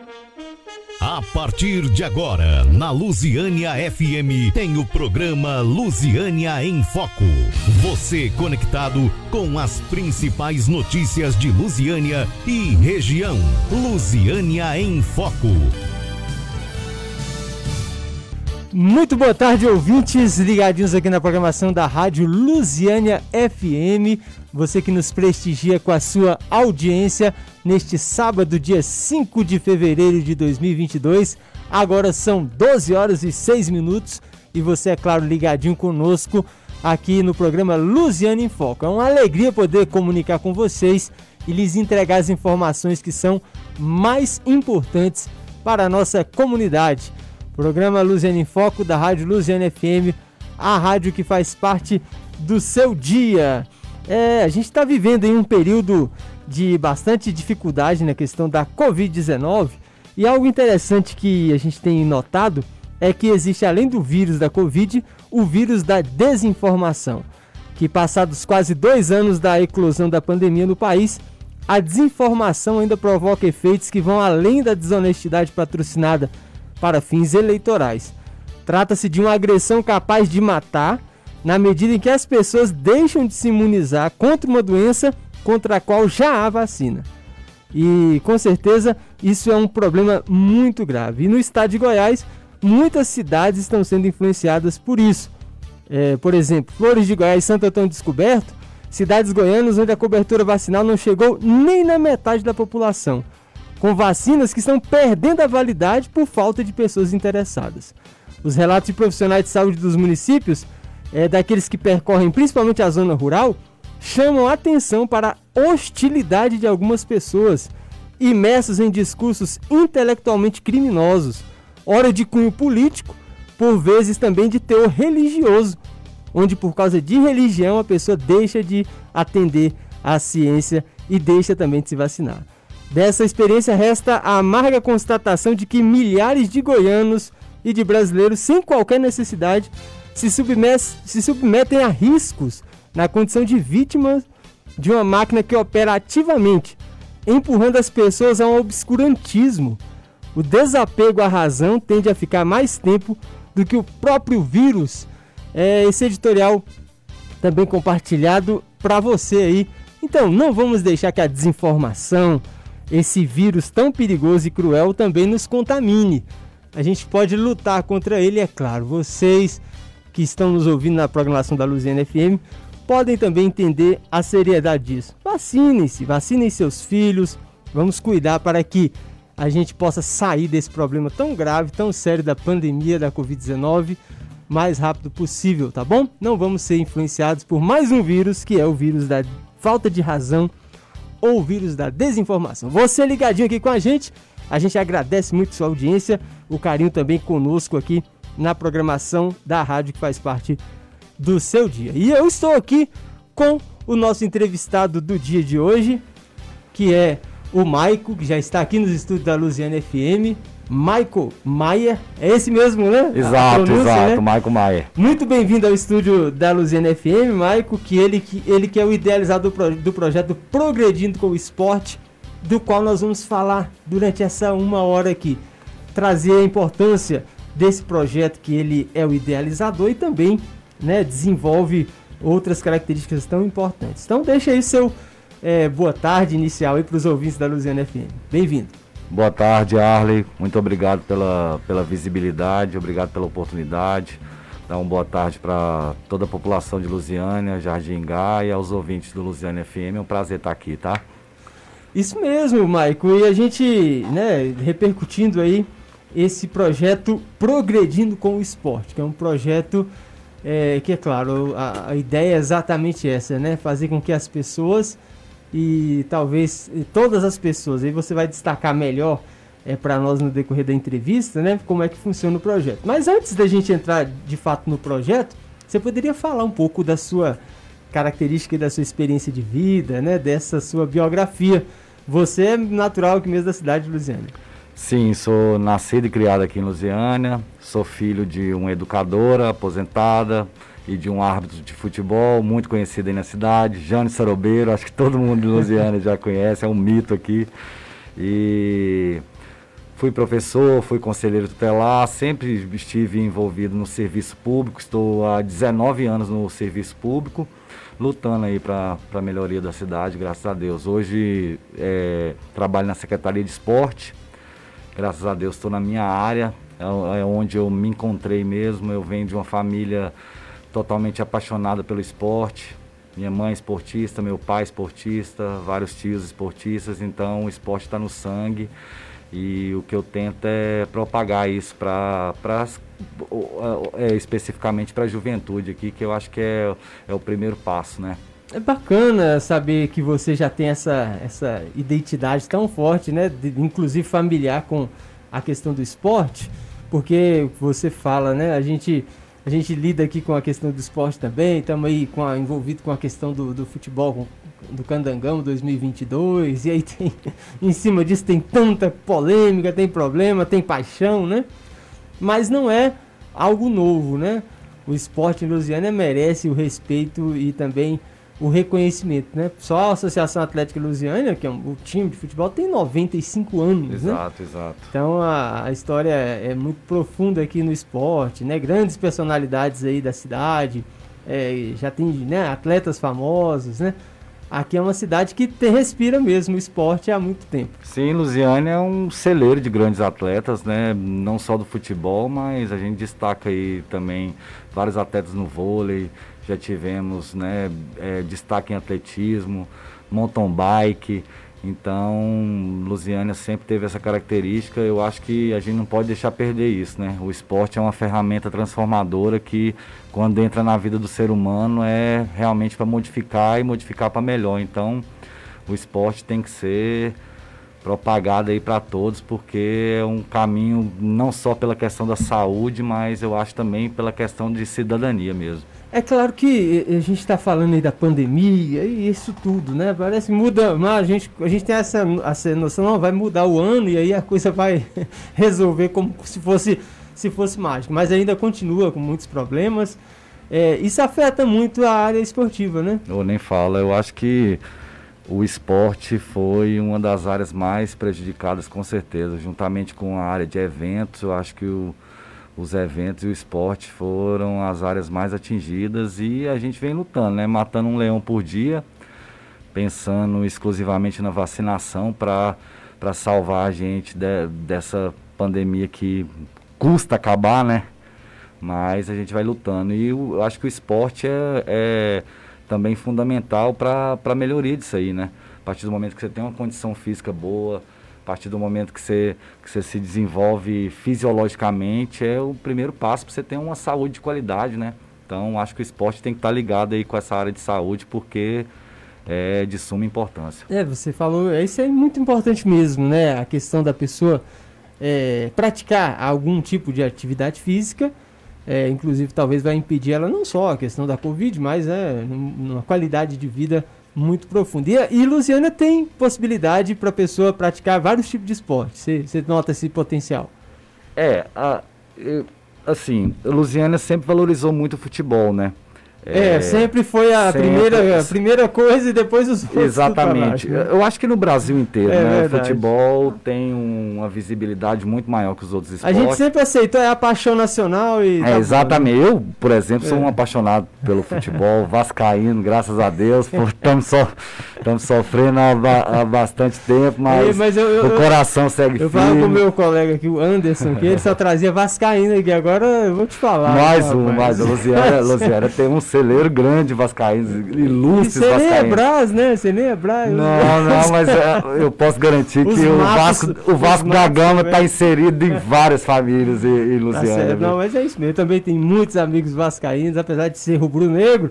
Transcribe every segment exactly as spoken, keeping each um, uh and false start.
A partir de agora, na Lusiânia F M, tem o programa Lusiânia em Foco. Você conectado com as principais notícias de Lusiânia e região. Lusiânia em Foco. Muito boa tarde, ouvintes ligadinhos aqui na programação da Rádio Lusiânia F M. Você que nos prestigia com a sua audiência neste sábado, dia cinco de fevereiro de dois mil e vinte e dois. Agora são doze horas e seis minutos e você, é claro, ligadinho conosco aqui no programa Lusiânia em Foco. É uma alegria poder comunicar com vocês e lhes entregar as informações que são mais importantes para a nossa comunidade. Programa Lusiânia em Foco da Rádio Lusiânia F M, a rádio que faz parte do seu dia. É, a gente está vivendo em um período de bastante dificuldade na questão da covid dezenove e algo interessante que a gente tem notado é que existe, além do vírus da Covid, o vírus da desinformação, que passados quase dois anos da eclosão da pandemia no país, a desinformação ainda provoca efeitos que vão além da desonestidade patrocinada para fins eleitorais. Trata-se de uma agressão capaz de matar, na medida em que as pessoas deixam de se imunizar contra uma doença contra a qual já há vacina. E, com certeza, isso é um problema muito grave. E no estado de Goiás, muitas cidades estão sendo influenciadas por isso. É, por exemplo, Flores de Goiás e Santo Antônio Descoberto, cidades goianas onde a cobertura vacinal não chegou nem na metade da população, com vacinas que estão perdendo a validade por falta de pessoas interessadas. Os relatos de profissionais de saúde dos municípios, É, daqueles que percorrem principalmente a zona rural, chamam a atenção para a hostilidade de algumas pessoas imersas em discursos intelectualmente criminosos, ora de cunho político, por vezes também de teor religioso, onde por causa de religião a pessoa deixa de atender à ciência e deixa também de se vacinar. Dessa experiência resta a amarga constatação de que milhares de goianos e de brasileiros sem qualquer necessidade Se, submet, se submetem a riscos na condição de vítimas de uma máquina que opera ativamente, empurrando as pessoas a um obscurantismo. O desapego à razão tende a ficar mais tempo do que o próprio vírus. É esse editorial também compartilhado para você aí. Então, não vamos deixar que a desinformação, esse vírus tão perigoso e cruel, também nos contamine. A gente pode lutar contra ele, é claro. Vocês que estão nos ouvindo na programação da Lusiânia F M, podem também entender a seriedade disso. Vacinem-se, vacinem seus filhos, vamos cuidar para que a gente possa sair desse problema tão grave, tão sério da pandemia da covid dezenove, mais rápido possível, tá bom? Não vamos ser influenciados por mais um vírus, que é o vírus da falta de razão ou o vírus da desinformação. Você ligadinho aqui com a gente, a gente agradece muito sua audiência, o carinho também conosco aqui na programação da rádio que faz parte do seu dia. E eu estou aqui com o nosso entrevistado do dia de hoje, que é o Maico, que já está aqui nos estúdios da Lusiânia F M. Maico Maia, é esse mesmo, né? Exato, exato, né? Maico Maia. Muito bem-vindo ao estúdio da Lusiânia F M, Maico, que ele, que ele que é o idealizador do, pro, do projeto Progredindo com o Esporte, do qual nós vamos falar durante essa uma hora aqui. Trazer a importância desse projeto, que ele é o idealizador e também, né, desenvolve outras características tão importantes. Então deixa aí o seu é, boa tarde inicial aí para os ouvintes da Lusiânia F M. Bem-vindo. Boa tarde, Arley. Muito obrigado pela, pela visibilidade, obrigado pela oportunidade. Dá uma boa tarde para toda a população de Lusiânia, Jardim Gá e aos ouvintes do Lusiânia F M. É um prazer estar aqui, tá? Isso mesmo, Maico. E a gente, né, repercutindo aí esse projeto Progredindo com o Esporte, que é um projeto é, que, é claro, a, a ideia é exatamente essa, né? Fazer com que as pessoas, e talvez todas as pessoas, aí você vai destacar melhor é, para nós no decorrer da entrevista, né? Como é que funciona o projeto. Mas antes da gente entrar de fato no projeto, você poderia falar um pouco da sua característica e da sua experiência de vida, né? Dessa sua biografia. Você é natural aqui mesmo da cidade de Lusiânia. Sim, sou nascido e criado aqui em Lusiânia, sou filho de uma educadora aposentada e de um árbitro de futebol muito conhecido aí na cidade, Jânio Sarobeiro, acho que todo mundo de Lusiânia já conhece, é um mito aqui. E fui professor, fui conselheiro tutelar, sempre estive envolvido no serviço público, estou há dezenove anos no serviço público, lutando aí para a melhoria da cidade, graças a Deus. Hoje é, trabalho na Secretaria de Esporte, graças a Deus estou na minha área, é, é onde eu me encontrei mesmo. Eu venho de uma família totalmente apaixonada pelo esporte, minha mãe esportista, meu pai esportista, vários tios esportistas, então o esporte está no sangue. E o que eu tento é propagar isso para é, especificamente para a juventude aqui, que eu acho que é, é o primeiro passo, né? É bacana saber que você já tem essa, essa identidade tão forte, né? De, inclusive familiar com a questão do esporte, porque você fala, né? A gente, a gente lida aqui com a questão do esporte também, estamos aí com a, envolvido com a questão do, do futebol, com, do Candangão dois mil e vinte e dois, e aí tem, em cima disso tem tanta polêmica, tem problema, tem paixão, né? Mas não é algo novo, né? O esporte em Lusiânia merece o respeito e também o reconhecimento, né? Só a Associação Atlética Lusiânia, que é um, o time de futebol, tem noventa e cinco anos, exato, né? Exato, Então a, a história é, é muito profunda aqui no esporte, né? Grandes personalidades aí da cidade, é, já tem, né, atletas famosos, né? Aqui é uma cidade que te, respira mesmo o esporte há muito tempo. Sim, Lusiânia é um celeiro de grandes atletas, né? Não só do futebol, mas a gente destaca aí também vários atletas no vôlei. Já tivemos, né, é, destaque em atletismo, mountain bike. Então, Lusiânia sempre teve essa característica. Eu acho que a gente não pode deixar perder isso, né? O esporte é uma ferramenta transformadora que, quando entra na vida do ser humano, é realmente para modificar e modificar para melhor. Então, o esporte tem que ser propagado aí para todos, porque é um caminho não só pela questão da saúde, mas eu acho também pela questão de cidadania mesmo. É claro que a gente está falando aí da pandemia e isso tudo, né? Parece que muda, mas a gente, a gente tem essa, essa noção, não, vai mudar o ano e aí a coisa vai resolver como se fosse, se fosse mágico. Mas ainda continua com muitos problemas. É, isso afeta muito a área esportiva, né? Eu nem falo, eu acho que o esporte foi uma das áreas mais prejudicadas, com certeza, juntamente com a área de eventos. Eu acho que o os eventos e o esporte foram as áreas mais atingidas e a gente vem lutando, né? Matando um leão por dia, pensando exclusivamente na vacinação para para salvar a gente de, dessa pandemia que custa acabar, né? Mas a gente vai lutando e eu acho que o esporte é, é também fundamental para a melhoria disso aí, né? A partir do momento que você tem uma condição física boa, a partir do momento que você, que você se desenvolve fisiologicamente, é o primeiro passo para você ter uma saúde de qualidade, né? Então, acho que o esporte tem que estar ligado aí com essa área de saúde, porque é de suma importância. É, você falou, isso é muito importante mesmo, né? A questão da pessoa é, praticar algum tipo de atividade física, é, inclusive talvez vai impedir ela não só a questão da Covid, mas é, uma qualidade de vida muito profunda. E, e Lusiânia tem possibilidade para a pessoa praticar vários tipos de esporte. Você nota esse potencial? É, a, eu, assim, a Lusiânia sempre valorizou muito o futebol, né? É, é sempre foi a, sempre, primeira, a primeira coisa e depois os outros. Exatamente. Né? Eu acho que no Brasil inteiro, é, né? Verdade. O futebol tem um, uma visibilidade muito maior que os outros esportes. A gente sempre aceitou, é a paixão nacional e... É, tá exatamente. bom, né? Eu, por exemplo, sou é. um apaixonado pelo futebol, vascaíno, graças a Deus. Estamos so, sofrendo há, há bastante tempo, mas, é, mas eu, eu, o coração eu, segue eu firme. Eu falo com o meu colega aqui, o Anderson, que ele só trazia vascaíno aqui. Agora eu vou te falar. Mais né, um, mais um. Lusiânia, Lusiânia tem um celeiro grande vascaínos, ilustres vascaínos. Você nem é Brás, né? Você nem é Brás. Não, não, mas é, eu posso garantir os que matos, o Vasco, o Vasco da Gama está inserido em várias famílias em, em Lusiânia. Tá não, mas é isso mesmo. Eu também tenho muitos amigos vascaínos, apesar de ser rubro-negro.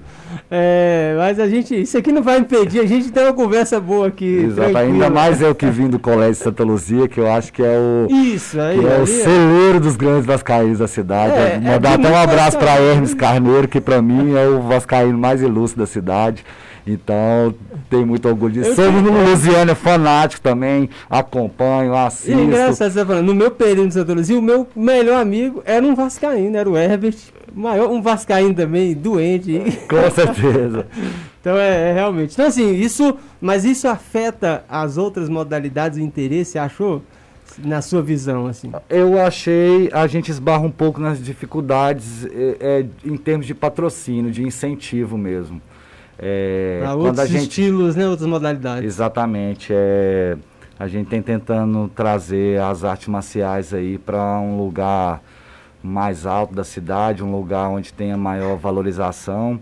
É, mas a gente, isso aqui não vai impedir a gente ter uma conversa boa aqui. Exato, ainda mais eu que vim do Colégio Santa Luzia, que eu acho que é o, isso, aí, que é aí, o celeiro dos grandes vascaínos da cidade. É, Mandar é até um abraço para Hermes Carneiro, que para mim é o vascaíno mais ilustre da cidade. Então, tenho muito orgulho disso. Somos no Lusiânia fanático também, acompanho, assisto. E é engraçado, você tá falando, no meu período de Santa Luzia, o meu melhor amigo era um vascaíno, era o Herbert, maior, um vascaíno também, doente. Com certeza. Então, é, é realmente. Então, assim, isso, mas isso afeta as outras modalidades de interesse, achou? Na sua visão, assim? Eu achei, a gente esbarra um pouco nas dificuldades é, é, em termos de patrocínio, de incentivo mesmo. É, Para outros a gente, estilos, né? Outras modalidades. Exatamente. É, a gente tem tentando trazer as artes marciais aí para um lugar mais alto da cidade, um lugar onde tenha maior valorização.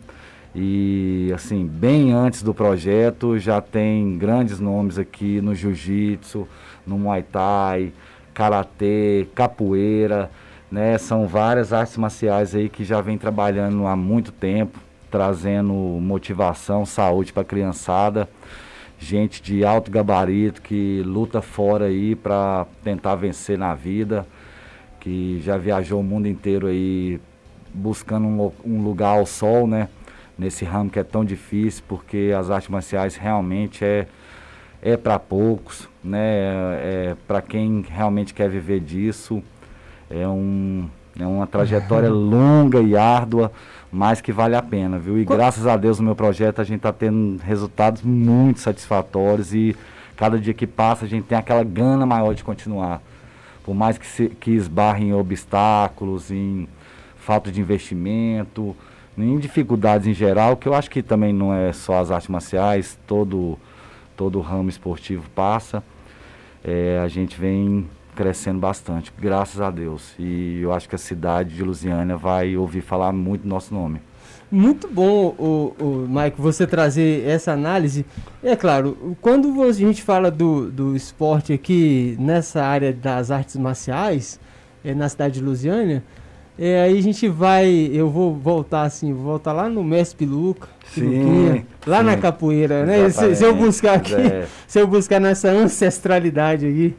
E, assim, bem antes do projeto, já tem grandes nomes aqui no jiu-jitsu, no muay thai, karatê, capoeira, né? São várias artes marciais aí que já vem trabalhando há muito tempo, trazendo motivação, saúde para a criançada. Gente de alto gabarito que luta fora aí para tentar vencer na vida, que já viajou o mundo inteiro aí buscando um, um lugar ao sol, né? Nesse ramo que é tão difícil, porque as artes marciais realmente é, é para poucos, né? É, é para quem realmente quer viver disso. É, um, é uma trajetória longa e árdua, mas que vale a pena, viu? E graças a Deus no meu projeto a gente está tendo resultados muito satisfatórios e cada dia que passa a gente tem aquela gana maior de continuar. Por mais que, se, que esbarre em obstáculos, em falta de investimento, em dificuldades em geral, que eu acho que também não é só as artes marciais, todo, todo o ramo esportivo passa, é, a gente vem crescendo bastante, graças a Deus. E eu acho que a cidade de Lusiânia vai ouvir falar muito do nosso nome. Muito bom, o, o Mike, você trazer essa análise. É claro, quando a gente fala do, do esporte aqui nessa área das artes marciais, é, na cidade de Lusiânia, é, aí a gente vai, eu vou voltar assim, vou voltar lá no Mestre Piluca, Piluquinha, lá sim, na capoeira, né? Se, se eu buscar aqui, é. se eu buscar nessa ancestralidade aqui,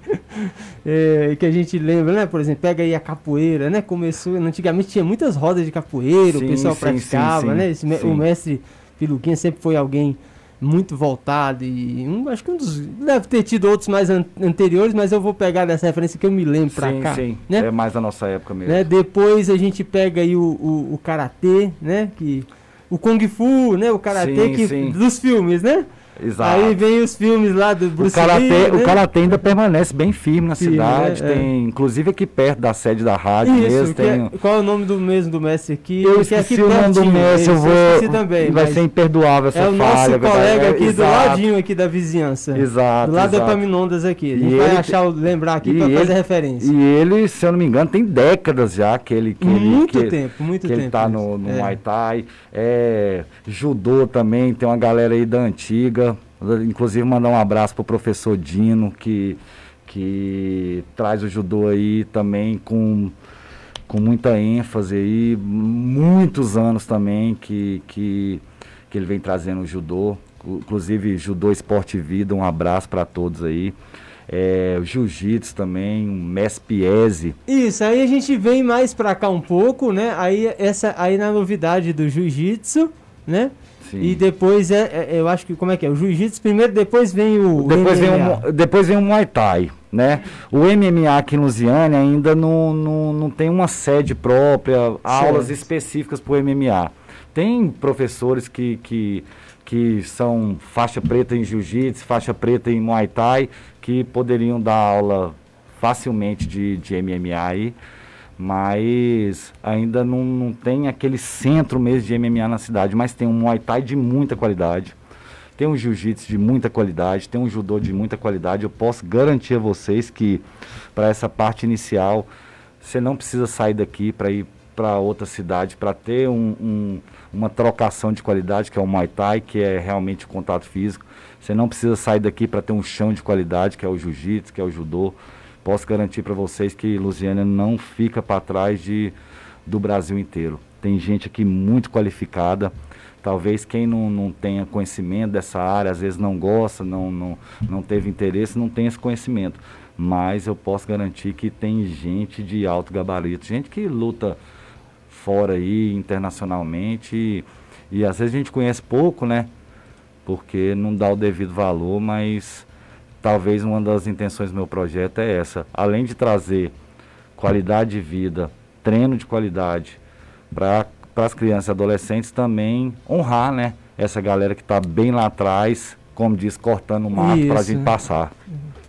é, que a gente lembra, né? Por exemplo, pega aí a capoeira, né? Começou, antigamente tinha muitas rodas de capoeira, sim, o pessoal sim, praticava, sim, sim, né? Esse, sim. O Mestre Piluquinha sempre foi alguém muito voltado e um, acho que um dos, deve ter tido outros mais an, anteriores, mas eu vou pegar dessa referência que eu me lembro pra sim, cá. Sim, né? É mais da nossa época mesmo. Né? Depois a gente pega aí o, o, o karatê, né? Que, o Kung Fu, né? O karatê sim, que, sim. dos filmes, né? Exato. Aí vem os filmes lá do Bruce o karatê, Lee, né? O karatê ainda permanece bem firme na firme, cidade, né? tem, é. inclusive aqui perto da sede da rádio Isso, mesmo. Tem... É, qual é o nome do mesmo do mestre aqui? Eu esqueci o nome do mestre, eu vou... Eu também, vai ser imperdoável essa falha. É o nosso falha, colega é, aqui exato. do ladinho aqui da vizinhança. Exato, do lado exato. da Epaminondas aqui. A gente e vai ele, achar, lembrar aqui para fazer referência. E ele, se eu não me engano, tem décadas já que ele... Que muito ele, que tempo, muito que tempo. Que ele tá no, no é. Muay Thai, é, judô também, tem uma galera aí da antiga. Inclusive mandar um abraço pro professor Dino, que, que traz o judô aí também com, com muita ênfase aí, muitos anos também que, que, que ele vem trazendo o judô, inclusive judô, esporte e vida, um abraço para todos aí. É, o jiu-jitsu também, o mestre Piese. Isso, aí a gente vem mais para cá um pouco, né? Aí, essa, aí na novidade do jiu-jitsu, né? Sim. E depois, é, é, eu acho que, como é que é? O jiu-jitsu primeiro, depois vem o, depois o M M A. Vem o, depois vem o Muay Thai, né? O M M A aqui em Lusiânia ainda não, não, não tem uma sede própria, certo. Aulas específicas para o M M A. Tem professores que, que, que são faixa preta em jiu-jitsu, faixa preta em Muay Thai, que poderiam dar aula facilmente de, de M M A aí. Mas ainda não, não tem aquele centro mesmo de M M A na cidade, mas tem um Muay Thai de muita qualidade, tem um Jiu-Jitsu de muita qualidade, tem um Judô de muita qualidade. Eu posso garantir a vocês que para essa parte inicial, você não precisa sair daqui para ir para outra cidade, para ter um, um, uma trocação de qualidade, que é o Muay Thai, que é realmente o contato físico. Você não precisa sair daqui para ter um chão de qualidade, que é o Jiu-Jitsu, que é o Judô. Posso garantir para vocês que Lusiânia não fica para trás de, do Brasil inteiro. Tem gente aqui muito qualificada. Talvez quem não, não tenha conhecimento dessa área, às vezes não gosta, não, não, não teve interesse, não tem esse conhecimento. Mas eu posso garantir que tem gente de alto gabarito, gente que luta fora aí, internacionalmente. E, e às vezes a gente conhece pouco, né? Porque não dá o devido valor, mas... Talvez uma das intenções do meu projeto é essa. Além de trazer qualidade de vida, treino de qualidade para as crianças e adolescentes, também honrar, né, essa galera que está bem lá atrás, como diz, cortando o mato para a gente passar.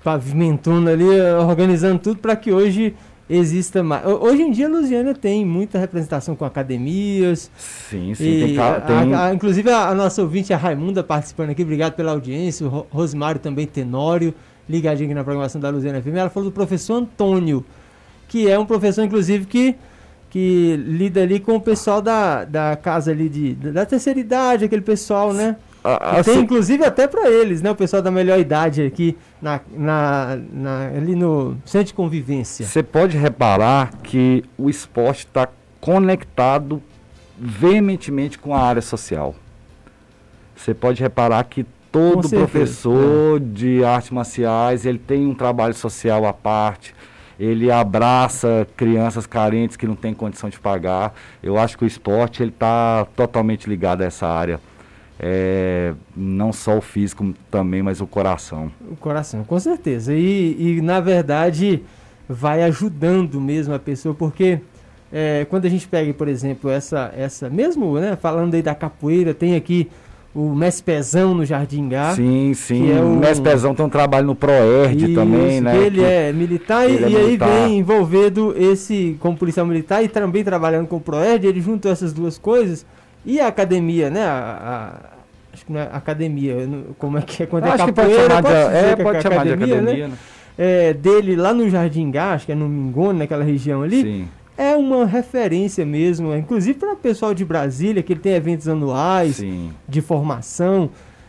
pavimentando ali, organizando tudo para que hoje exista mais. Hoje em dia, a Lusiânia tem muita representação com academias. Sim, sim. Tem, tem... A, a, inclusive, a, a nossa ouvinte, a Raimunda, participando aqui. Obrigado pela audiência. O Rosmário também, Tenório, ligadinho aqui na programação da Lusiânia F M. Ela falou do professor Antônio, que é um professor, inclusive, que, que lida ali com o pessoal da, da casa ali de, da terceira idade, aquele pessoal, né? Ah, tem, inclusive, até para eles, né? O pessoal da melhor idade aqui, na, na, na, ali no centro de convivência. Você pode reparar que o esporte está conectado veementemente com a área social. Você pode reparar que todo professor é. de artes marciais, ele tem um trabalho social à parte, ele abraça crianças carentes que não têm condição de pagar. Eu acho que o esporte ele está totalmente ligado a essa área. É, não só o físico também, mas o coração. O coração, com certeza. E, e na verdade vai ajudando mesmo a pessoa, porque é, quando a gente pega, por exemplo, essa, essa mesmo, né, falando aí da capoeira, tem aqui o Mestre Pezão no Jardim Gá. Sim, sim. É o Mestre Pezão tem um trabalho no ProERD também, né? Ele que é militar ele e, é e militar. Aí vem envolvendo esse como policial militar e também trabalhando com o ProERD. Ele juntou essas duas coisas. E a academia, né? A, a, acho que não é academia, como é que é quando é acho capoeira, que pode chamar pode, de, é, que pode é chamar academia, de academia, né? né? É, dele lá no Jardim Gá, acho que é no Mingone, naquela região ali. Sim. É uma referência mesmo, inclusive para o pessoal de Brasília, que ele tem eventos anuais. Sim. De formação.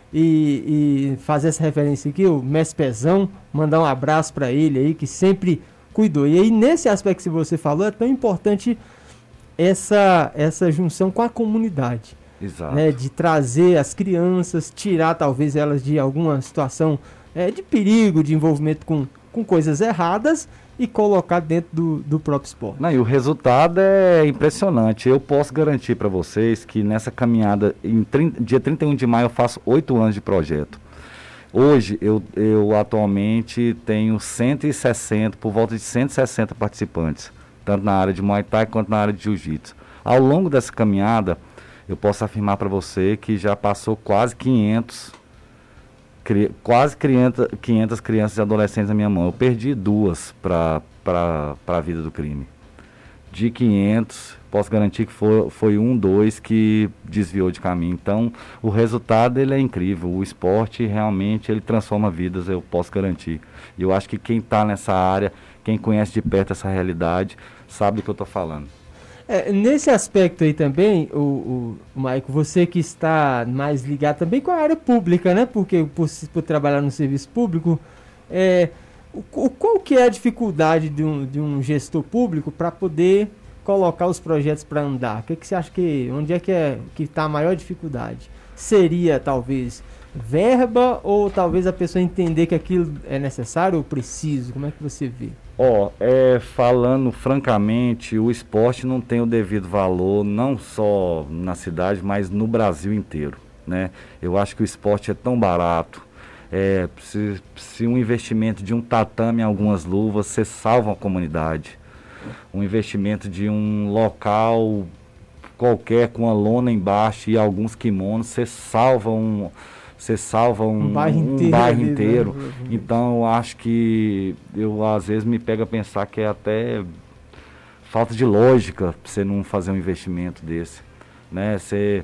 E, e fazer essa referência aqui, o Mestre Pezão, mandar um abraço para ele aí, que sempre cuidou. E aí, nesse aspecto que você falou, é tão importante essa, essa junção com a comunidade. Exato. Né, de trazer as crianças, tirar talvez elas de alguma situação é, de perigo, de envolvimento com, com coisas erradas e colocar dentro do, do próprio esporte. Não, e o resultado é impressionante. Eu posso garantir para vocês que nessa caminhada, em trinta, dia trinta e um de maio, eu faço oito anos de projeto. Hoje, eu, eu atualmente tenho cento e sessenta, por volta de cento e sessenta participantes, tanto na área de Muay Thai quanto na área de Jiu-Jitsu. Ao longo dessa caminhada, eu posso afirmar para você que já passou quase quinhentos, cri, quase quinhentas, quinhentas crianças e adolescentes na minha mão. Eu perdi duas para a vida do crime. De quinhentos, posso garantir que foi, foi um, dois que desviou de caminho. Então, o resultado ele é incrível. O esporte realmente ele transforma vidas, eu posso garantir. E eu acho que quem está nessa área, quem conhece de perto essa realidade, sabe do que eu estou falando. É, nesse aspecto aí também, o, o, o Maico, você que está mais ligado também com a área pública, né? Porque por, por trabalhar no serviço público, é, o, qual que é a dificuldade de um, de um gestor público para poder colocar os projetos para andar? O que, que você acha que, onde é que é, que está a maior dificuldade? Seria talvez verba ou talvez a pessoa entender que aquilo é necessário ou preciso? Como é que você vê? Ó, oh, é, falando francamente, o esporte não tem o devido valor, não só na cidade, mas no Brasil inteiro, né? Eu acho que o esporte é tão barato, é, se, se um investimento de um tatame em algumas luvas, você salva a comunidade. Um investimento de um local qualquer com a lona embaixo e alguns kimonos, você salva um... Você salva um, um bairro inteiro. Um bairro inteiro. Né? Então, eu acho que eu, às vezes, me pego a pensar que é até falta de lógica para você não fazer um investimento desse. Né? Você,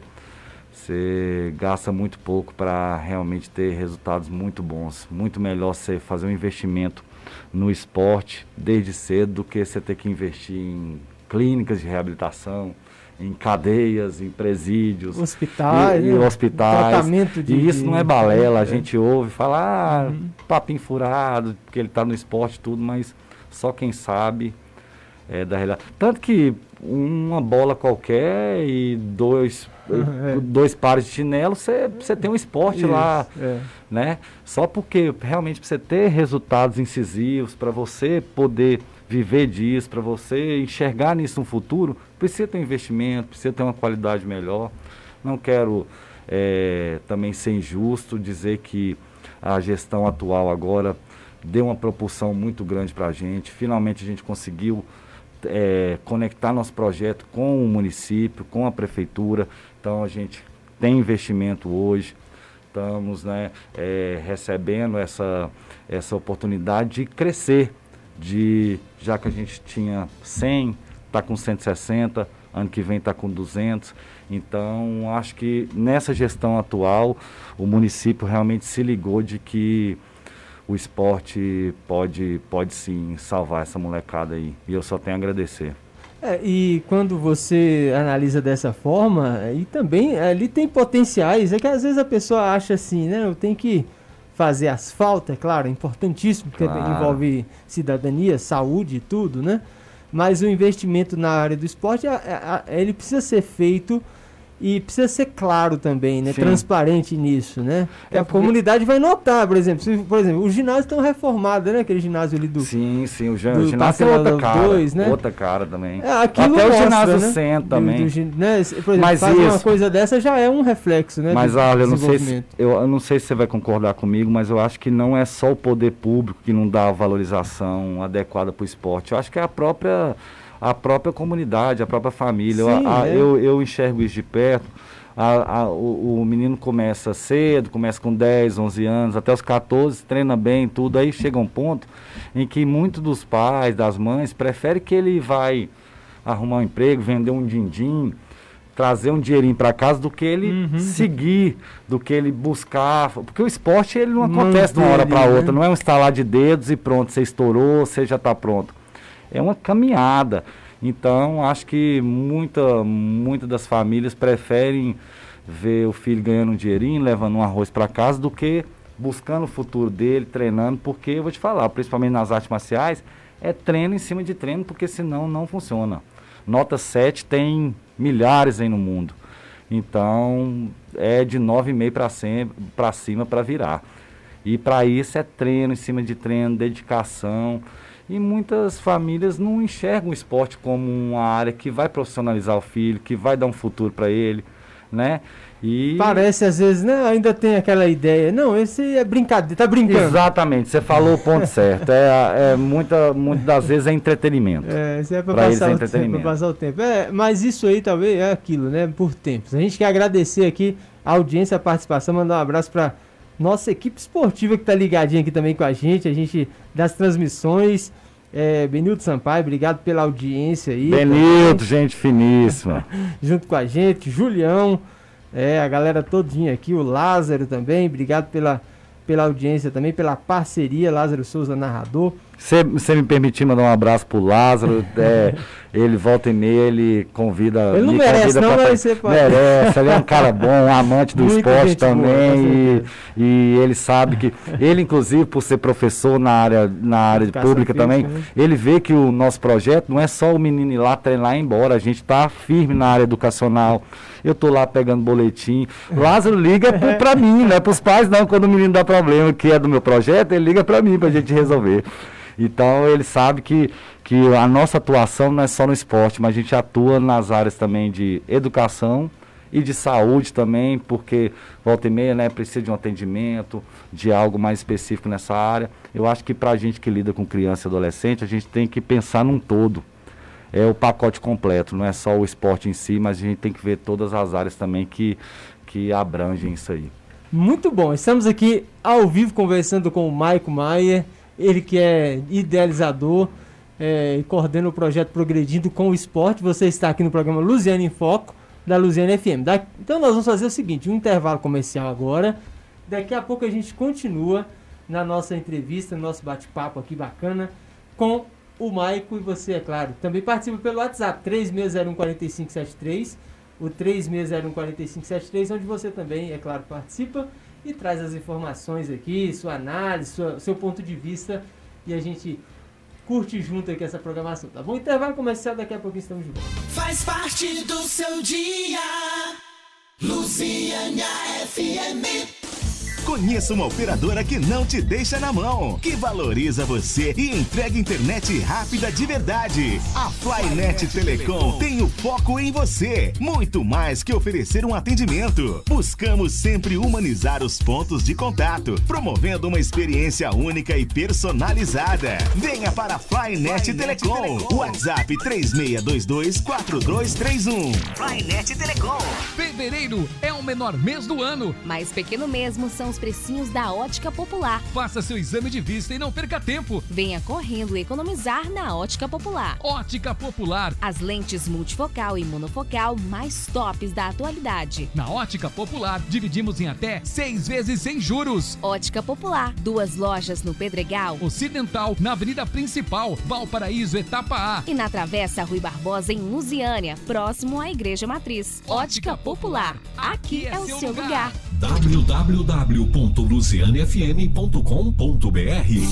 você gasta muito pouco para realmente ter resultados muito bons. Muito melhor você fazer um investimento no esporte desde cedo do que você ter que investir em clínicas de reabilitação, em cadeias, em presídios, hospitais, e, e hospitais. Tratamento de, e isso não é balela, a é. gente ouve falar, ah, uhum. papinho furado, porque ele está no esporte e tudo, mas só quem sabe é da realidade. Tanto que uma bola qualquer e dois, é. dois pares de chinelo, você tem um esporte isso, lá, é. né? Só porque realmente para você ter resultados incisivos, para você poder viver disso, para você enxergar nisso no futuro, precisa ter um investimento, precisa ter uma qualidade melhor. Não quero é, também ser injusto, dizer que a gestão atual agora deu uma propulsão muito grande para a gente. Finalmente a gente conseguiu é, conectar nosso projeto com o município, com a prefeitura. Então a gente tem investimento hoje, estamos, né, é, recebendo essa, essa oportunidade de crescer, de, já que a gente tinha cem, está com cento e sessenta, ano que vem está com duzentos. Então, acho que nessa gestão atual, o município realmente se ligou de que o esporte pode, pode sim salvar essa molecada aí. E eu só tenho a agradecer. É, e quando você analisa dessa forma, e também ali tem potenciais, é que às vezes a pessoa acha assim, né? Eu tenho que fazer asfalto, é claro, é importantíssimo, porque Claro. envolve cidadania, saúde e tudo, né? Mas o investimento na área do esporte, a- a- a- ele precisa ser feito e precisa ser claro também, né? Sim. Transparente nisso, né? É a porque- comunidade vai notar, por exemplo, se, por exemplo, os ginásios estão reformados, né? Aquele ginásio ali do... Sim, sim, o, jan- do o ginásio é outra Parque cara, dois, né? outra cara também. É, aquilo Até o mostra, ginásio né? centro também. Do, do, gi- né? Por exemplo, Mas fazer uma isso- coisa dessa já é um reflexo, né? Mas, do Arlen, eu não sei se, desenvolvimento. eu, eu não sei se você vai concordar comigo, mas eu acho que não é só o poder público que não dá a valorização adequada para o esporte. Eu acho que é a própria, a própria comunidade, a própria família. Sim, eu, a- é. eu, eu enxergo isso de perto. A- a- o, o menino começa cedo, começa com dez, onze anos, até os catorze, treina bem, tudo. Aí chega um ponto em que muitos dos pais, das mães, preferem que ele vai arrumar um emprego, vender um din-din, trazer um dinheirinho para casa, do que ele Uhum. seguir, do que ele buscar. Porque o esporte ele não acontece de uma hora Manter para ali, outra, né? não é um estalar de dedos e pronto, você estourou, você já está pronto. É uma caminhada. Então, acho que muita, muita das famílias preferem ver o filho ganhando um dinheirinho, levando um arroz para casa, do que buscando o futuro dele, treinando, porque eu vou te falar, principalmente nas artes marciais, é treino em cima de treino, porque senão não funciona. Nota sete tem milhares aí no mundo. Então, é de nove e meio para cima para virar. E para isso é treino em cima de treino, dedicação. E muitas famílias não enxergam o esporte como uma área que vai profissionalizar o filho, que vai dar um futuro para ele, né? E Parece às vezes, né? Ainda tem aquela ideia. Não, esse é brincadeira, tá brincando. Exatamente, você falou o ponto certo. É, é muita, muitas das vezes é entretenimento. É, isso é para Pra eles passar, é o tempo, entretenimento. pra passar o tempo. É, mas isso aí talvez é aquilo, né? Por tempos. A gente quer agradecer aqui a audiência, a participação, mandar um abraço para nossa equipe esportiva que tá ligadinha aqui também com a gente, a gente das transmissões. É, Benildo Sampaio, obrigado pela audiência aí. Benildo, gente finíssima. Junto com a gente, Julião, é, a galera todinha aqui, o Lázaro também, obrigado pela, pela audiência também, pela parceria, Lázaro Souza, narrador. Você me permitir mandar um abraço pro Lázaro, é, ele volta e meia, ele convida... Ele não me merece convida não, pra- mas você pode. Merece, ele é um cara bom, um amante do Muito esporte gente boa, com também, e, certeza. e ele sabe que, ele inclusive por ser professor na área, na área Educação pública física, também, né? ele vê que o nosso projeto não é só o menino ir lá treinar e ir embora, a gente está firme na área educacional. Eu tô lá pegando boletim. Lázaro liga pro- pra mim, não é pros pais não, quando o menino dá problema, que é do meu projeto, ele liga pra mim pra gente resolver. Então ele sabe que, que a nossa atuação não é só no esporte, mas a gente atua nas áreas também de educação e de saúde também, porque volta e meia, né, precisa de um atendimento, de algo mais específico nessa área. Eu acho que pra gente que lida com criança e adolescente, a gente tem que pensar num todo. É o pacote completo, não é só o esporte em si, mas a gente tem que ver todas as áreas também que, que abrangem isso aí. Muito bom, estamos aqui ao vivo conversando com o Maico Maier, ele que é idealizador é, e coordena o projeto Progredindo com o Esporte. Você está aqui no programa Luziânia em Foco, da Luziânia F M. Da- então nós vamos fazer o seguinte, um intervalo comercial agora, daqui a pouco a gente continua na nossa entrevista, no nosso bate-papo aqui bacana, com o Maico, e você, é claro, também participa pelo WhatsApp, três seis zero um, quatro cinco sete três, o três seis zero um, quatro cinco sete três, onde você também, é claro, participa e traz as informações aqui, sua análise, sua- seu ponto de vista, e a gente curte junto aqui essa programação, tá bom? Intervalo comercial, daqui a pouco estamos de volta. Faz parte do seu dia. Luziânia F M. Conheça uma operadora que não te deixa na mão, que valoriza você e entrega internet rápida de verdade. A Flynet Telecom tem o foco em você, muito mais que oferecer um atendimento. Buscamos sempre humanizar os pontos de contato, promovendo uma experiência única e personalizada. Venha para a Flynet Telecom. WhatsApp três seis dois dois quatro dois três um. Flynet Telecom. Fevereiro é o menor mês do ano. Mais pequeno mesmo são os precinhos da Ótica Popular. Faça seu exame de vista e não perca tempo. Venha correndo economizar na Ótica Popular. Ótica Popular. As lentes multifocal e monofocal mais tops da atualidade. Na Ótica Popular, dividimos em até seis vezes sem juros. Ótica Popular. Duas lojas no Pedregal. Ocidental, na Avenida Principal, Valparaíso, Etapa A. E na Travessa Rui Barbosa, em Lusiânia, próximo à Igreja Matriz. Ótica Popular. Aqui é o seu lugar. w w w ponto luziane f m ponto com ponto b r.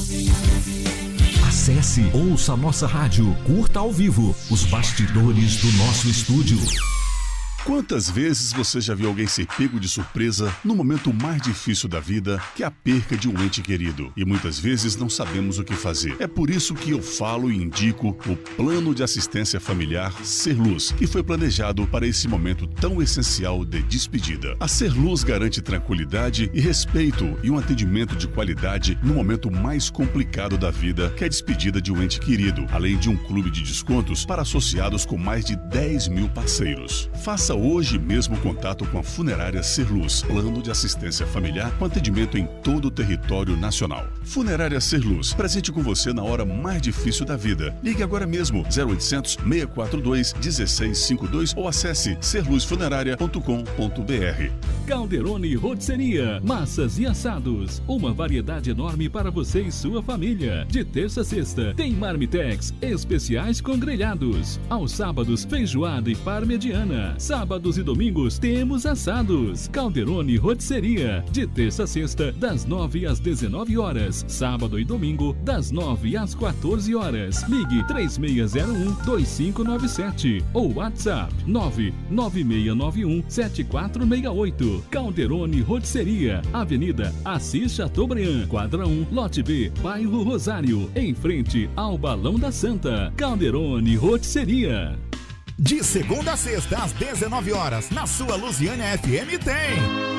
Acesse, ouça a nossa rádio, curta ao vivo os bastidores do nosso estúdio. Quantas vezes você já viu alguém ser pego de surpresa no momento mais difícil da vida, que é a perca de um ente querido? E muitas vezes não sabemos o que fazer. É por isso que eu falo e indico o Plano de Assistência Familiar Serluz, que foi planejado para esse momento tão essencial de despedida. A Serluz garante tranquilidade e respeito e um atendimento de qualidade no momento mais complicado da vida, que é a despedida de um ente querido, além de um clube de descontos para associados com mais de dez mil parceiros. Faça hoje mesmo contato com a Funerária Serluz, plano de assistência familiar com atendimento em todo o território nacional. Funerária Serluz, presente com você na hora mais difícil da vida. Ligue agora mesmo zero oitocentos, seis quatro dois, um seis cinco dois ou acesse serluz funerária ponto com ponto b r. Calderoni Rotisseria, massas e assados, uma variedade enorme para você e sua família. De terça a sexta tem marmitex especiais com grelhados. Aos sábados, feijoada e parmegiana. Sábados e domingos temos assados. Calderoni Rotisseria, de terça a sexta, das nove às dezenove horas. Sábado e domingo, das nove às quatorze horas. Ligue três seis zero um, dois cinco nove sete ou WhatsApp nove nove seis nove um, sete quatro seis oito. Calderoni Rotisseria, Avenida Assis Chateaubriand, quadra um, lote B, bairro Rosário, em frente ao Balão da Santa. Calderoni Rotisseria. De segunda a sexta, às dezenove horas, na sua Lusiânia F M tem...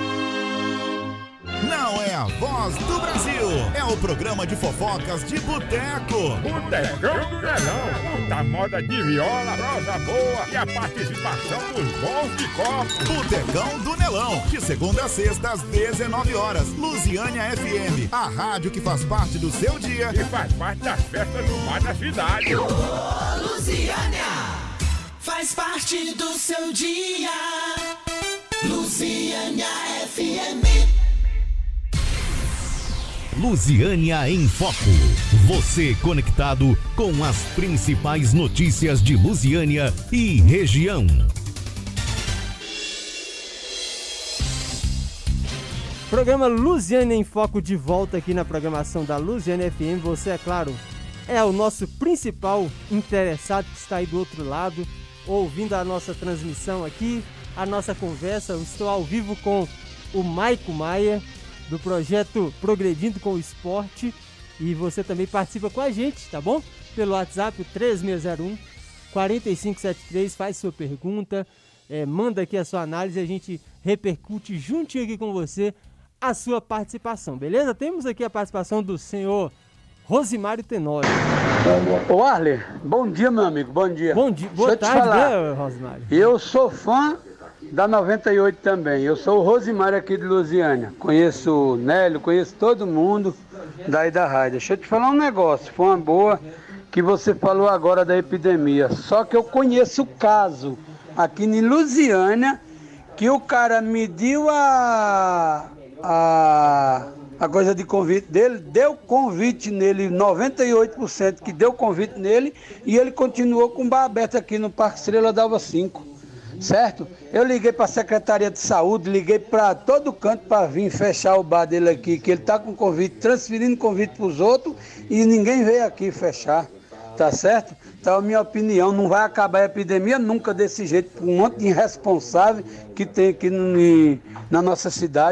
Não é a Voz do Brasil, é o programa de fofocas de boteco. Botecão do Nelão, da moda de viola, prosa boa e a participação dos bons de copo. Botecão do Nelão, de segunda a sexta, às dezenove horas, Lusiânia F M, a rádio que faz parte do seu dia e faz parte das festas do mar da cidade. Ô, Lusiânia! Faz parte do seu dia. Lusiânia F M. Lusiânia em Foco. Você conectado com as principais notícias de Lusiânia e região. Programa Lusiânia em Foco de volta aqui na programação da Lusiânia F M. Você, é claro, é o nosso principal interessado que está aí do outro lado, ouvindo a nossa transmissão aqui, a nossa conversa. Eu estou ao vivo com o Maico Maia, do projeto Progredindo com o Esporte, e você também participa com a gente, tá bom? Pelo WhatsApp três seis zero um, quatro cinco sete três, faz sua pergunta, é, manda aqui a sua análise, a gente repercute juntinho aqui com você a sua participação, beleza? Temos aqui a participação do senhor Rosimário Tenório. Ô Arley, bom dia, meu amigo, bom dia. Bom dia, boa Deixa tarde, eu te falar, né, Rosimário? Eu sou fã da noventa e oito também. Eu sou o Rosimário aqui de Lusiânia. Conheço o Nélio, conheço todo mundo daí da rádio. Deixa eu te falar um negócio, foi uma boa que você falou agora da epidemia. Só que eu conheço o caso aqui em Lusiânia, que o cara mediu a... a A coisa de convite dele, deu convite nele, noventa e oito por cento que deu convite nele, e ele continuou com o bar aberto aqui no Parque Estrela Dalva cinco, certo? Eu liguei para a Secretaria de Saúde, liguei para todo canto para vir fechar o bar dele aqui, que ele está com convite, transferindo convite para os outros, e ninguém veio aqui fechar, tá certo? Então, a minha opinião, não vai acabar a epidemia nunca desse jeito, por um monte de irresponsável que tem aqui no, na nossa cidade,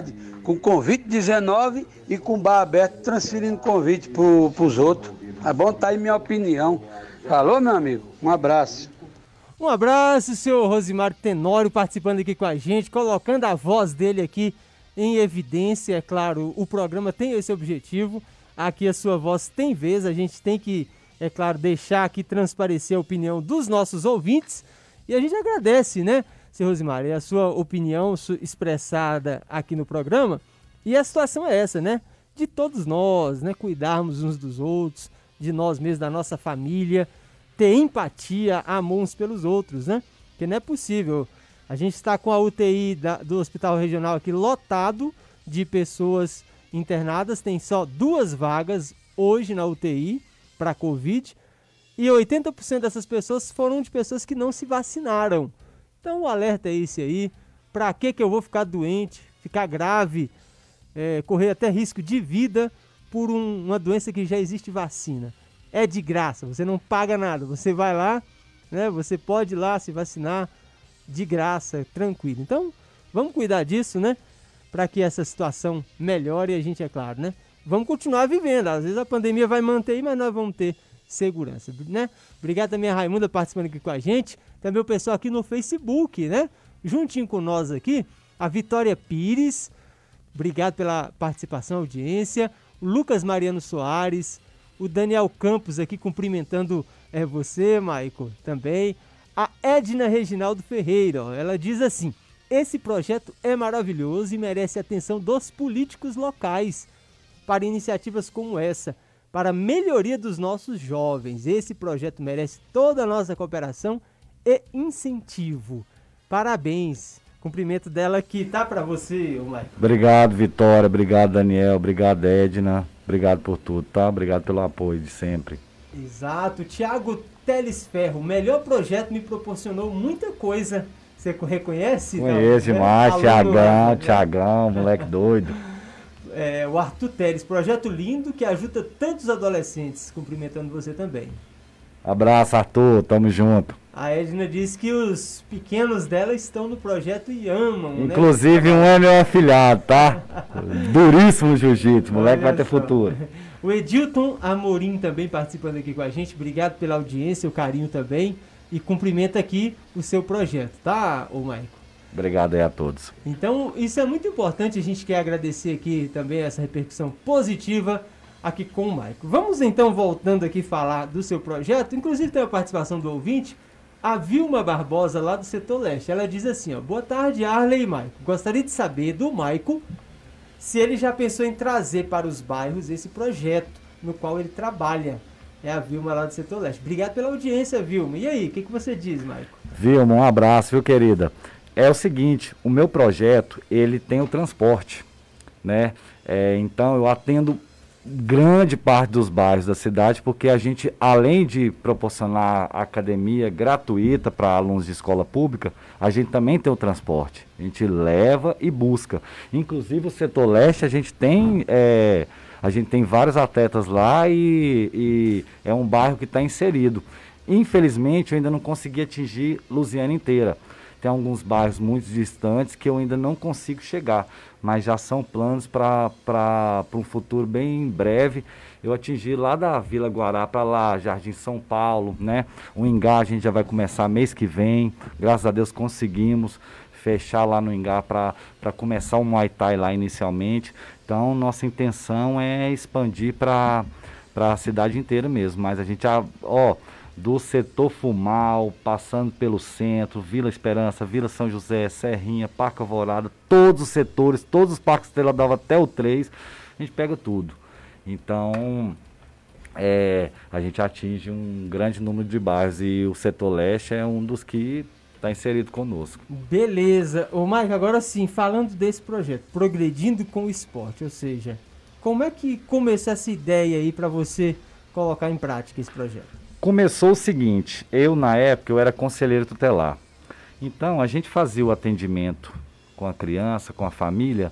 com convite dezenove e com bar aberto, transferindo convite para os outros. É bom, tá aí minha opinião. Falou, meu amigo? Um abraço. Um abraço, senhor Rosimar Tenório, participando aqui com a gente, colocando a voz dele aqui em evidência. É claro, o programa tem esse objetivo. Aqui a sua voz tem vez, a gente tem que, é claro, deixar aqui transparecer a opinião dos nossos ouvintes. E a gente agradece, né, senhor Rosimar, a sua opinião expressada aqui no programa. E a situação é essa, né? De todos nós, né? Cuidarmos uns dos outros, de nós mesmos, da nossa família, ter empatia, amor uns pelos outros, né? Porque não é possível. A gente está com a U T I da, do Hospital Regional aqui lotado de pessoas internadas, tem só duas vagas hoje na U T I para Covid e oitenta por cento dessas pessoas foram de pessoas que não se vacinaram. Então o alerta é esse aí. Para que que eu vou ficar doente, ficar grave, é, correr até risco de vida por um, uma doença que já existe vacina? É de graça, você não paga nada, você vai lá, né? Você pode ir lá se vacinar de graça, tranquilo. Então, vamos cuidar disso, né? Para que essa situação melhore e a gente, é claro, né? Vamos continuar vivendo. Às vezes a pandemia vai manter aí, mas nós vamos ter segurança, né? Obrigado também a Raimunda participando aqui com a gente. Também o pessoal aqui no Facebook, né? Juntinho com nós aqui, a Vitória Pires. Obrigado pela participação, audiência. O Lucas Mariano Soares. O Daniel Campos aqui cumprimentando é, você, Maico, também. A Edna Reginaldo Ferreira, ó, ela diz assim: esse projeto é maravilhoso e merece a atenção dos políticos locais para iniciativas como essa, para a melhoria dos nossos jovens. Esse projeto merece toda a nossa cooperação e incentivo. Parabéns. Cumprimento dela que tá para você, ô Maico. Obrigado, Vitória. Obrigado, Daniel. Obrigado, Edna. Obrigado por tudo, tá? Obrigado pelo apoio de sempre. Exato. Tiago Teles Ferro, o melhor projeto me proporcionou muita coisa. Você reconhece? Conheço demais, é, Tiagão, Tiagão, moleque doido. É, o Arthur Teles, projeto lindo que ajuda tantos adolescentes. Cumprimentando você também. Abraço, Arthur, tamo junto. A Edna disse que os pequenos dela estão no projeto e amam, inclusive, né? Um é meu afilhado, tá? Duríssimo jiu-jitsu, moleque vai ter futuro. O Edilton Amorim também participando aqui com a gente. Obrigado pela audiência, o carinho também. E cumprimenta aqui o seu projeto, tá, ô Maico? Obrigado aí a todos. Então, isso é muito importante. A gente quer agradecer aqui também essa repercussão positiva aqui com o Maico. Vamos então, voltando aqui, falar do seu projeto. Inclusive tem a participação do ouvinte, a Vilma Barbosa, lá do setor leste. Ela diz assim, ó: boa tarde, Arley e Maico. Gostaria de saber do Maico se ele já pensou em trazer para os bairros esse projeto no qual ele trabalha. É a Vilma lá do setor leste. Obrigado pela audiência, Vilma. E aí, o que, que você diz, Maico? Vilma, um abraço, viu, querida? É o seguinte, o meu projeto, ele tem o transporte, né? É, então, eu atendo grande parte dos bairros da cidade, porque a gente, além de proporcionar academia gratuita para alunos de escola pública, a gente também tem o transporte. A gente leva e busca. Inclusive, o setor leste, a gente tem... É, A gente tem vários atletas lá e, e é um bairro que está inserido. Infelizmente, eu ainda não consegui atingir Lusiânia inteira. Tem alguns bairros muito distantes que eu ainda não consigo chegar, mas já são planos para um futuro bem breve. Eu atingi lá da Vila Guará para lá, Jardim São Paulo, né? O Ingá a gente já vai começar mês que vem. Graças a Deus conseguimos fechar lá no Ingá para começar o Muay Thai lá inicialmente. Então, nossa intenção é expandir para a cidade inteira mesmo. Mas a gente, ó, do setor Fumal, passando pelo centro, Vila Esperança, Vila São José, Serrinha, Parque Alvorada, todos os setores, todos os parques Estrela D'Alva até o três, a gente pega tudo. Então, é, a gente atinge um grande número de bairros e o setor leste é um dos que está inserido conosco. Beleza. Ô, Maico, agora sim, falando desse projeto, Progredindo com o Esporte, ou seja, como é que começou essa ideia aí para você colocar em prática esse projeto? Começou o seguinte, eu na época eu era conselheiro tutelar, então a gente fazia o atendimento com a criança, com a família,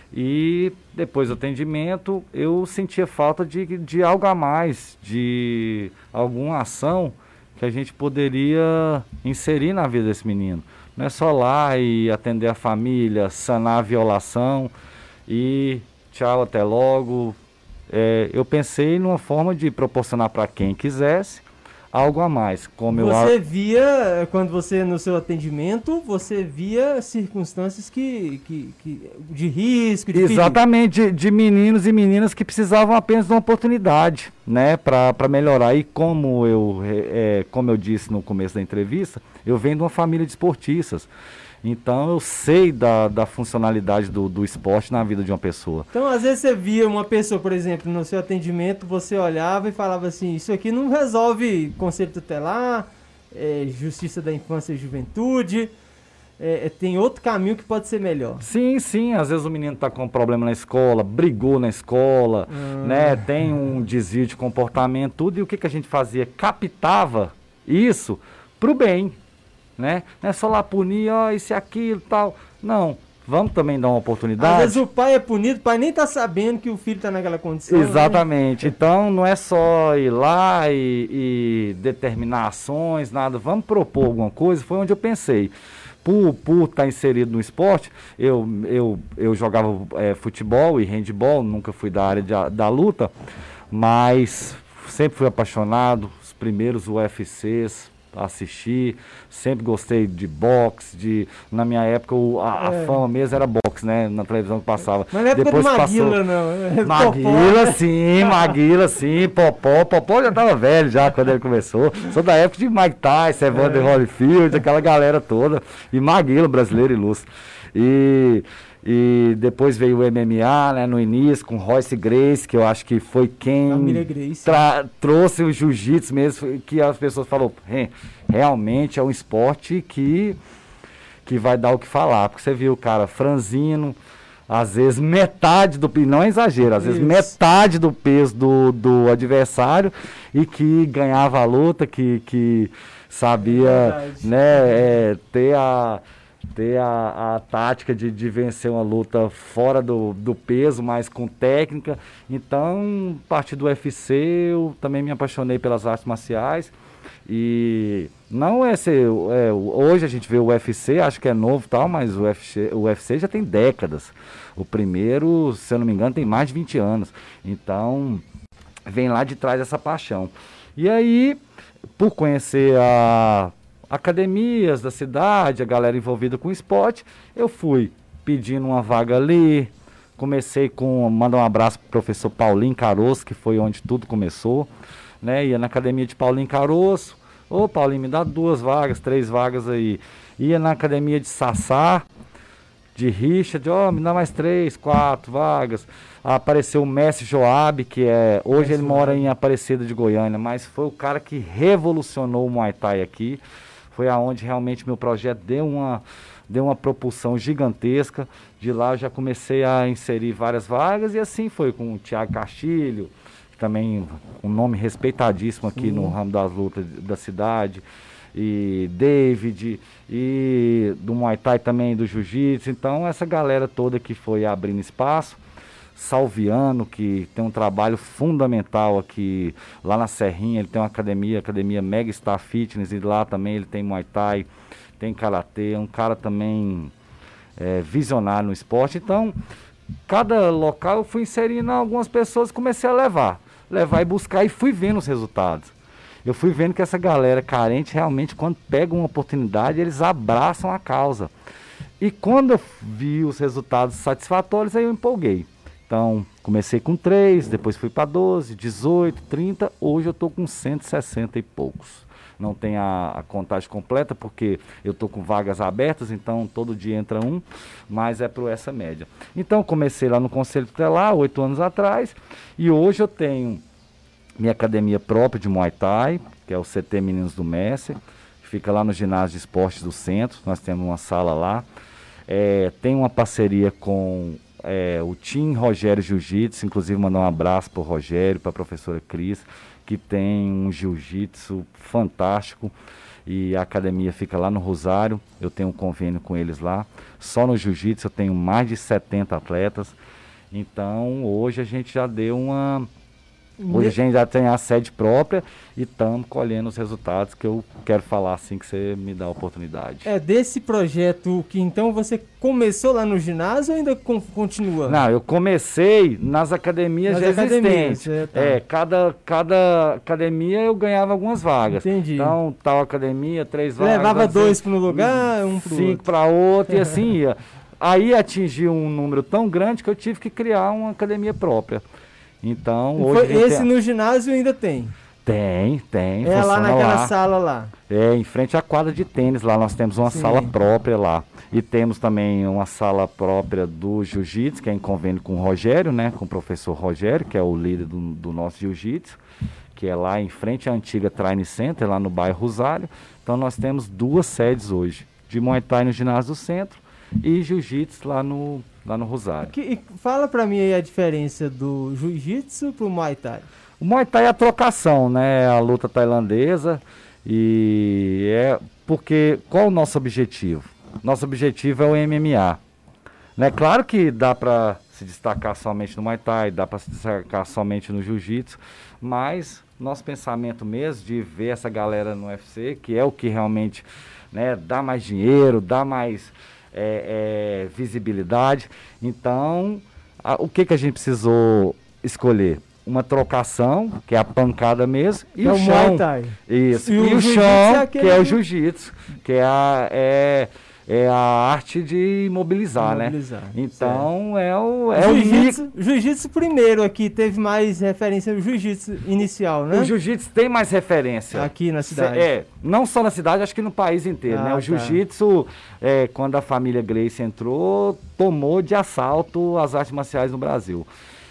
e depois do atendimento eu sentia falta de, de algo a mais, de alguma ação que a gente poderia inserir na vida desse menino. Não é só lá e atender a família, sanar a violação. e tchau, até logo. É, eu pensei numa forma de proporcionar para quem quisesse algo a mais. Como você eu... via, quando você no seu atendimento, você via circunstâncias que, que, que de risco, de Exatamente, de, de meninos e meninas que precisavam apenas de uma oportunidade, né, para melhorar. E como eu, é, como eu disse no começo da entrevista, eu venho de uma família de esportistas. Então eu sei da, da funcionalidade do, do esporte na vida de uma pessoa. Então às vezes você via uma pessoa, por exemplo, no seu atendimento, você olhava e falava assim, isso aqui não resolve conselho tutelar, é, justiça da infância e juventude, é, tem outro caminho que pode ser melhor. Sim, sim, às vezes o menino está com um problema na escola, brigou na escola, hum. né, tem um desvio de comportamento, tudo, e o que, que a gente fazia? Captava isso para o bem. Né? Não é só lá punir, ó, isso e aquilo e tal. Não, vamos também dar uma oportunidade. Às vezes o pai é punido, o pai nem tá sabendo que o filho tá naquela condição. Exatamente, né? Então não é só ir lá e, e determinar ações, nada. Vamos propor alguma coisa, foi onde eu pensei. Por por estar inserido no esporte, eu, eu, eu jogava é, futebol e handebol, nunca fui da área de, da luta, mas sempre fui apaixonado, os primeiros U F Cs, assisti, sempre gostei de boxe, de, na minha época o, a, é. a fama mesmo era boxe, né, na televisão que passava. Mas não é época Depois do Maguila, passou... não. É Maguila, sim, Maguila, sim, Popó, Popó já tava velho já quando ele começou, sou da época de Mike Tyson, Evander é. Holyfield, aquela galera toda, e Maguila, brasileiro ilustre. E... E depois veio o M M A, né, no início, com Royce Gracie, que eu acho que foi quem trouxe o jiu-jitsu mesmo, que as pessoas falaram, realmente é um esporte que, que vai dar o que falar. Porque você viu o cara franzino, às vezes metade do peso, não é exagero, às Isso. vezes metade do peso do, do adversário, e que ganhava a luta, que, que sabia é né, é, ter a... ter a, a tática de, de vencer uma luta fora do, do peso, mas com técnica. Então, a partir do U F C, eu também me apaixonei pelas artes marciais. E não é ser... É, hoje a gente vê o U F C, acho que é novo e tal, mas o U F C, o U F C já tem décadas. O primeiro, se eu não me engano, tem mais de vinte anos. Então, vem lá de trás essa paixão. E aí, por conhecer a... academias da cidade, a galera envolvida com esporte, eu fui pedindo uma vaga ali, comecei com, mandar um abraço pro professor Paulinho Caroço, que foi onde tudo começou, né, ia na academia de Paulinho Caroço, ô Paulinho, me dá duas vagas, três vagas aí, ia na academia de Sassá, de Richard, ó, oh, me dá mais três, quatro vagas. Apareceu o Mestre Joab, que é, hoje ele mora em Aparecida de Goiânia, mas foi o cara que revolucionou o Muay Thai aqui. Foi aonde realmente meu projeto deu uma, deu uma propulsão gigantesca. De lá eu já comecei a inserir várias vagas, e assim foi com o Thiago Castilho, também um nome respeitadíssimo aqui Sim. no ramo das lutas da cidade, e David, e do Muay Thai também, do Jiu-Jitsu. Então essa galera toda que foi abrindo espaço. Salviano, que tem um trabalho fundamental aqui, lá na Serrinha, ele tem uma academia, academia Mega Star Fitness, e lá também ele tem Muay Thai, tem Karatê, é um cara também é, visionário no esporte. Então, cada local eu fui inserindo algumas pessoas e comecei a levar, levar e buscar, e fui vendo os resultados. Eu fui vendo que essa galera carente, realmente, quando pega uma oportunidade, eles abraçam a causa. E quando eu vi os resultados satisfatórios, aí eu empolguei. Então, comecei com três, depois fui para doze, dezoito, trinta, hoje eu estou com cento e sessenta e poucos. Não tem a, a contagem completa, porque eu estou com vagas abertas, então todo dia entra um, mas é por essa média. Então, comecei lá no Conselho Tutelar, oito anos atrás, e hoje eu tenho minha academia própria de Muay Thai, que é o C T Meninos do Messi, que fica lá no ginásio de esportes do centro, nós temos uma sala lá. É, tem uma parceria com... É, o Team Rogério Jiu-Jitsu, inclusive mandar um abraço para o Rogério, para a professora Cris, que tem um jiu-jitsu fantástico, e a academia fica lá no Rosário, eu tenho um convênio com eles lá. Só no jiu-jitsu eu tenho mais de setenta atletas, então hoje a gente já deu uma, Hoje a gente já tem a sede própria e estamos colhendo os resultados que eu quero falar assim que você me dá a oportunidade. É desse projeto que então você começou lá no ginásio ou ainda con- continua? Não, eu comecei nas academias Nas já academias, existentes. é, tá. É, cada, cada academia eu ganhava algumas vagas. Entendi. Então, tal academia, três Você vagas. levava assim, dois para um lugar, um para o cinco outro. para outro e assim ia. Aí atingiu um número tão grande que eu tive que criar uma academia própria. Então, hoje. Foi, a gente esse tem... no ginásio ainda tem? Tem, tem. É lá funciona naquela lá. sala lá. É, em frente à quadra de tênis, lá nós temos uma Sim. sala própria lá. E temos também uma sala própria do jiu-jitsu, que é em convênio com o Rogério, né? Com o professor Rogério, que é o líder do, do nosso jiu-jitsu, que é lá em frente à antiga Train Center, lá no bairro Rosário. Então nós temos duas sedes hoje, de Muay Thai no ginásio do centro e jiu-jitsu lá no, lá no Rosário. Que, fala pra mim aí a diferença do jiu-jitsu pro Muay Thai. O Muay Thai é a trocação, né? A luta tailandesa. E é porque qual o nosso objetivo? Nosso objetivo é o M M A. Né? Claro que dá para se destacar somente no Muay Thai, dá para se destacar somente no Jiu-Jitsu, mas nosso pensamento mesmo de ver essa galera no U F C, que é o que realmente, né, dá mais dinheiro, dá mais é, é, visibilidade. Então, a, o que, que a gente precisou escolher? Uma trocação, que é a pancada mesmo, e é o o chão. Muay Thai. Isso. E, E, o o chão, é que é o jiu-jitsu, que é a, é, é a arte de imobilizar, Imobilizar, né? Então, é o... É jiu-jitsu, o jiu-jitsu primeiro aqui, teve mais referência no jiu-jitsu inicial, né? O jiu-jitsu tem mais referência. Aqui na cidade. É, não só na cidade, acho que no país inteiro, Ah, né? tá. O jiu-jitsu, é, quando a família Gracie entrou, tomou de assalto as artes marciais no Brasil.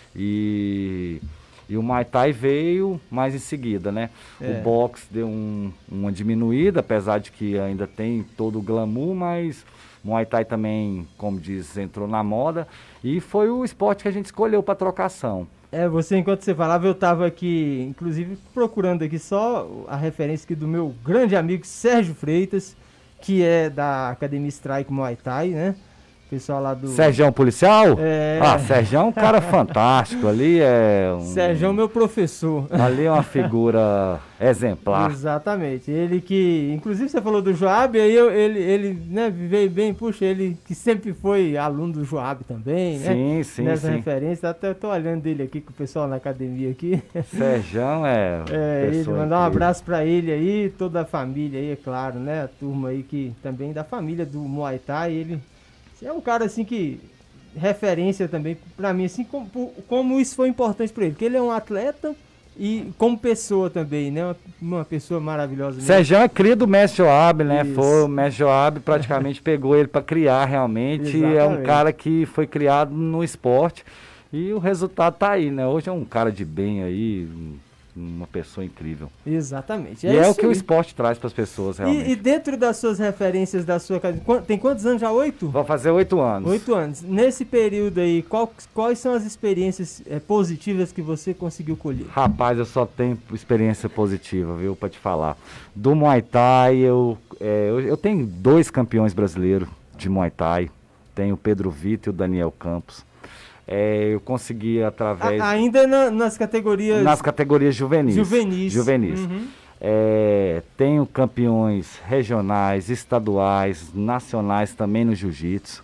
E... E o Muay Thai veio mais em seguida, né? É. O boxe deu um, uma diminuída, apesar de que ainda tem todo o glamour, mas o Muay Thai também, como diz, entrou na moda. E foi o esporte que a gente escolheu para trocação. É, você, enquanto você falava, eu estava aqui, inclusive, procurando aqui só a referência aqui do meu grande amigo Sérgio Freitas, que é da Academia Strike Muay Thai, né? Pessoal lá do... Sergião policial? É. Ah, Sergião é um cara fantástico, ali é um... Sergião, meu professor. Ali é uma figura exemplar. Exatamente, ele que, inclusive você falou do Joab, aí eu, ele, ele né, veio bem, puxa, ele que sempre foi aluno do Joab também, né? Sim, sim, Nessa sim. referência, até tô olhando dele aqui com o pessoal na academia aqui. Sergião é... É, ele, pessoa mandar um incrível. abraço pra ele aí, toda a família aí, é claro, né? A turma aí que também da família do Muay Thai, ele é um cara assim que referência também pra mim, assim, como, como isso foi importante pra ele, porque ele é um atleta e como pessoa também, né? Uma, uma pessoa maravilhosa mesmo. Sergião é cria do mestre Joab, né? Isso. Foi, o mestre Joab praticamente pegou ele para criar realmente. É um Exatamente. cara que foi criado no esporte e o resultado tá aí, né? Hoje é um cara de bem aí, uma pessoa incrível. Exatamente. E é, o isso que o aí. esporte traz para as pessoas realmente. E, e dentro das suas referências da sua academia, quan- tem quantos anos já? Oito? Vou fazer oito anos. Oito anos. Nesse período aí, qual- quais são as experiências eh, positivas que você conseguiu colher? Rapaz, eu só tenho experiência positiva, viu, para te falar. Do Muay Thai, eu, é, eu, eu tenho dois campeões brasileiros de Muay Thai. Tenho o Pedro Vitor e o Daniel Campos. É, eu consegui através... A- ainda na- nas categorias... Nas categorias juvenis. Juvenis. Juvenis. Uhum. É, tenho campeões regionais, estaduais, nacionais também no jiu-jitsu.